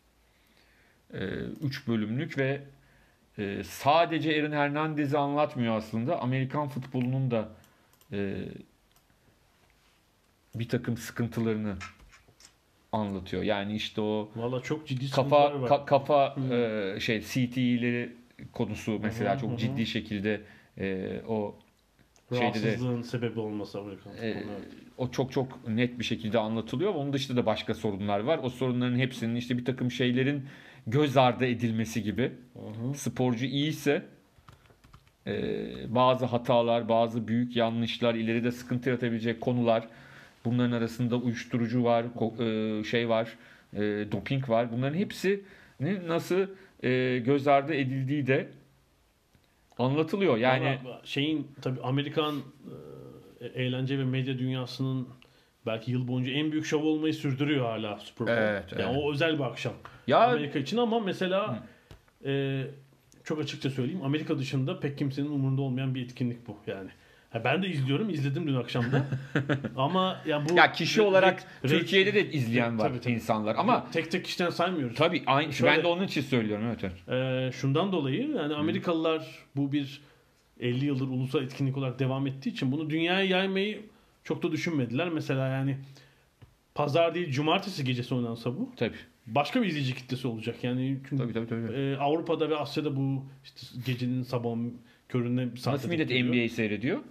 E, üç bölümlük ve e, sadece Aaron Hernandez'i anlatmıyor aslında. Amerikan futbolunun da e, bir takım sıkıntılarını anlatıyor. Yani işte o Valla çok ciddi kafa sıkıntılar var. ka- kafa e, şey C T E'leri konusu mesela Hı, çok hı. ciddi şekilde e, o şeyde de Rahatsızlığın sebebi olması Amerikan e, futboluna. o çok çok net bir şekilde anlatılıyor. Onun dışında da başka sorunlar var. O sorunların hepsinin işte bir takım şeylerin göz ardı edilmesi gibi. Hı hı. Sporcu iyiyse e, bazı hatalar, bazı büyük yanlışlar, ileride sıkıntı yaratabilecek konular. Bunların arasında uyuşturucu var, ko- e, şey var, e, doping var. Bunların hepsinin nasıl e, göz ardı edildiği de anlatılıyor. Yani Valla şeyin tabii Amerikan e, eğlence ve medya dünyasının belki yıl boyunca en büyük şov olmayı sürdürüyor hala Super Bowl. Evet, Yani evet. o özel bir akşam. ya Amerika için ama mesela e, çok açıkça söyleyeyim Amerika dışında pek kimsenin umurunda olmayan bir etkinlik bu yani. Ha, ben de izliyorum, izledim dün akşamda. Ama ya bu ya kişi re- olarak re- Türkiye'de de izleyen var Tabii, tabii. insanlar ama tek tek kişiden saymıyoruz. tabii aynı Şöyle- ben de onun için söylüyorum evet. evet. Ee, şundan dolayı yani Amerikalılar bu bir elli yıldır ulusal etkinlik olarak devam ettiği için bunu dünyaya yaymayı çok da düşünmediler. Mesela yani pazar değil cumartesi gecesi oynansa bu Tabii. başka bir izleyici kitlesi olacak. Yani çünkü Tabii tabii tabii. e, Avrupa'da ve Asya'da bu işte gecenin sabahın köründe saate Nasıl denk millet geliyor. N B A seyrediyor?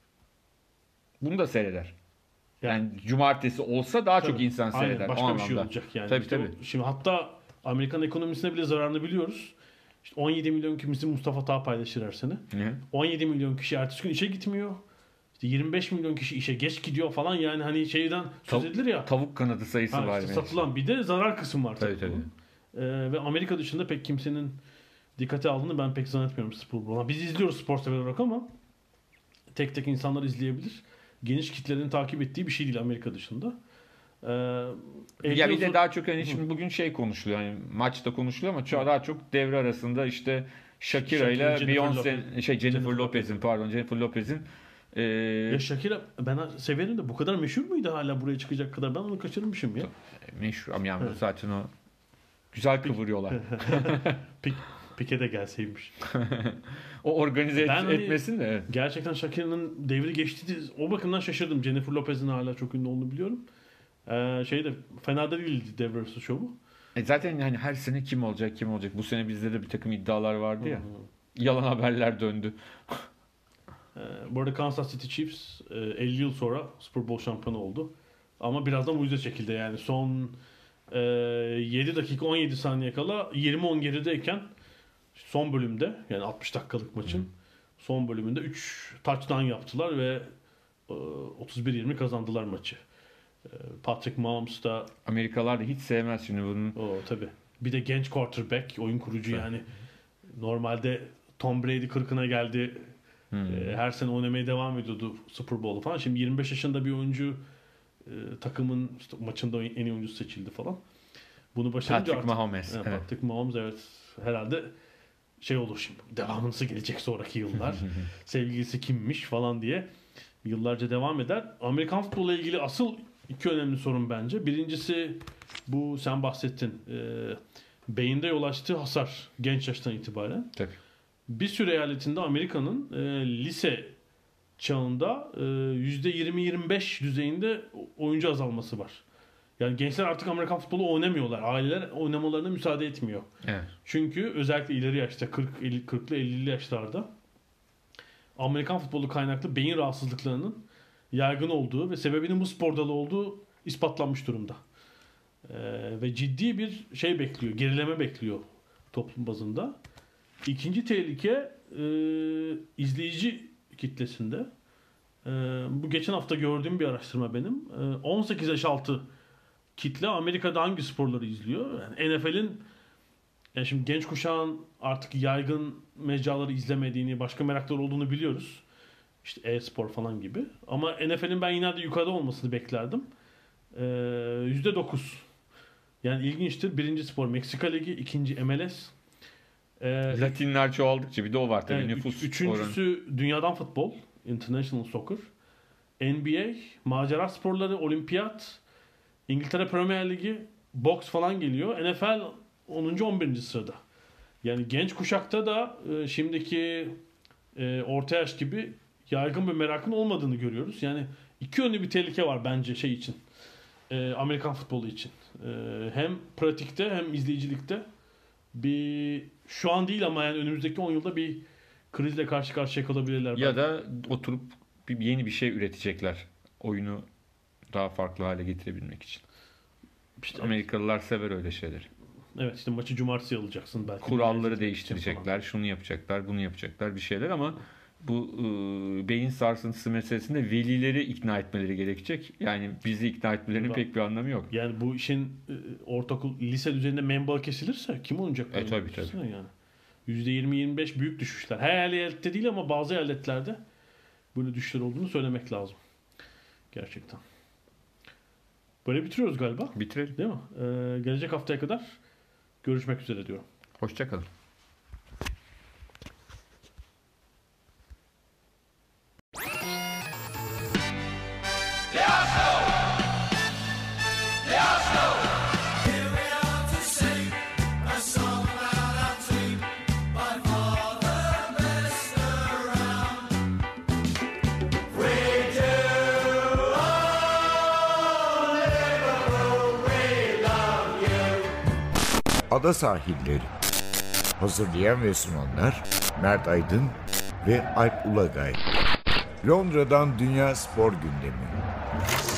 Bunu da seyreder. Yani- Yani cumartesi olsa daha çok Tabii. insan Aynen, seyreder. başka o bir şey anlamda. olacak yani. Tabii, İşte tabii. o- Şimdi hatta Amerikan ekonomisine bile zararını biliyoruz. İşte on yedi milyon kimisi Mustafa Tağ paylaşır her sene. Hı. on yedi milyon kişi ertesi gün işe gitmiyor. İşte yirmi beş milyon kişi işe geç gidiyor falan yani hani şeyden söz Tav- edilir ya. Tavuk kanadı sayısı Ha, var. işte yani. satılan bir de zarar kısım var Tabii, tabii. tabii. Ee, ve Amerika dışında pek kimsenin dikkate aldığını ben pek zannetmiyorum Super Bowl'a. Biz izliyoruz spor sever olarak ama tek tek insanlar izleyebilir. Geniş kitlerin takip ettiği bir şey değil Amerika dışında. Ee, Ya bir de Elliot- daha çok hani şimdi bugün şey konuşuluyor. Yani maçta konuşuluyor ama çok daha çok devre arasında işte Shakira Shakira, ile Jennifer Beyoncé Lopez. şey Jennifer Jennifer Lopez'in pardon Jennifer Lopez'in e, Ya Shakira ben severim de bu kadar meşhur muydu hala buraya çıkacak kadar? Ben onu kaçırmışım ya. meşhur ama yani Evet. zaten o güzel kıvırıyorlar. Pik, Pike de gelseymiş. O organize et- Ben hani- etmesin de. Evet. Gerçekten Shakira'nın devri geçti. O bakımdan şaşırdım. Jennifer Lopez'in hala çok ünlü olduğunu biliyorum. Ee, şey de fena da değildi devre arası şovu. E zaten yani her sene kim olacak kim olacak. Bu sene bizde de bir takım iddialar vardı ya. Hı hı. Yalan haberler döndü. Ee, bu arada Kansas City Chiefs e, elli yıl sonra Super Bowl şampiyonu oldu. Ama birazdan mucize şekilde yani son e, yedi dakika on yedi saniye kala yirmi on gerideyken son bölümde yani altmış dakikalık maçın Hı. son bölümünde üç touchdown yaptılar ve e, otuz bir yirmi kazandılar maçı. E, Patrick Mahomes da Amerikalılar da hiç sevmez şimdi bunun. o tabii. Bir de genç quarterback, oyun kurucu Tabii. yani. Normalde Tom Brady kırkına geldi. Hmm. Ee, her sene oynamaya devam ediyordu Super Bowl'u falan. Şimdi yirmi beş yaşında bir oyuncu e, takımın işte maçında en iyi oyuncusu seçildi falan. Bunu başarınca Patrick artık- Mahomes. Evet, Evet. Patrick Mahomes evet herhalde şey olur şimdi. Devamlısı gelecek sonraki yıllar. Sevgilisi kimmiş falan diye yıllarca devam eder. Amerikan futbolu ile ilgili asıl iki önemli sorun bence. Birincisi bu sen bahsettin. E, beyinde yol açtığı hasar genç yaştan itibaren. Tabii. Bir sürü eyaletinde Amerika'nın e, lise çağında e, yüzde yirmi yirmi beş düzeyinde oyuncu azalması var. Yani gençler artık Amerikan futbolu oynamıyorlar. Aileler oynamalarına müsaade etmiyor. Evet. Çünkü özellikle ileri yaşta kırk elli kırklı ellili yaşlarda Amerikan futbolu kaynaklı beyin rahatsızlıklarının yaygın olduğu ve sebebinin bu spor dalı olduğu ispatlanmış durumda. Ee, ve ciddi bir şey bekliyor, gerileme bekliyor toplum bazında. İkinci tehlike e, izleyici kitlesinde. E, bu geçen hafta gördüğüm bir araştırma benim. E, on sekiz yaş altı kitle Amerika'da hangi sporları izliyor? Yani N F L'in yani şimdi genç kuşağın artık yaygın mecraları izlemediğini, başka merakları olduğunu biliyoruz. İşte e-spor falan gibi. Ama N F L'in ben yine de yukarıda olmasını beklerdim. Ee, yüzde dokuz. Yani ilginçtir. Birinci spor Meksika Ligi, ikinci M L S. Ee, Latinler çoğaldıkça bir de o var tabii evet, nüfus üç- üçüncüsü dünyadan futbol. International Soccer. N B A, macera sporları, olimpiyat, İngiltere Premier Ligi, boks falan geliyor. N F L onuncu on birinci sırada. Yani genç kuşakta da e, şimdiki e, orta yaş gibi yaygın bir merakın olmadığını görüyoruz. Yani iki yönlü bir tehlike var bence şey için. E, Amerikan futbolu için. Ee, hem pratikte hem izleyicilikte bir şu an değil ama yani önümüzdeki on yılda bir krizle karşı karşıya kalabilirler. Ya da oturup bir, yeni bir şey üretecekler. Oyunu daha farklı hale getirebilmek için. İşte Amerikalılar sever öyle şeyleri. Evet, işte maçı cumartesi alacaksın belki. Kuralları değiştirecekler, şunu yapacaklar, bunu yapacaklar bir şeyler ama bu e, beyin sarsıntısı meselesinde velileri ikna etmeleri gerekecek. Yani bizi ikna etmelerinin pek bir anlamı yok. Yani bu işin e, ortaokul, lise düzeyinde memba kesilirse kim oynayacak? E tabii tabii. Yani. yüzde yirmi yirmi beş büyük düşüşler. Her eyalette değil ama bazı eyaletlerde böyle düşüşler olduğunu söylemek lazım. Gerçekten. Böyle bitiriyoruz galiba. Bitirelim. Değil mi? Ee, gelecek haftaya kadar görüşmek üzere diyorum. Hoşça kalın. Ada Sahilleri. Hazırlayan ve sunanlar Mert Aydın ve Alp Ulagay. Londra'dan Dünya Spor Gündemi.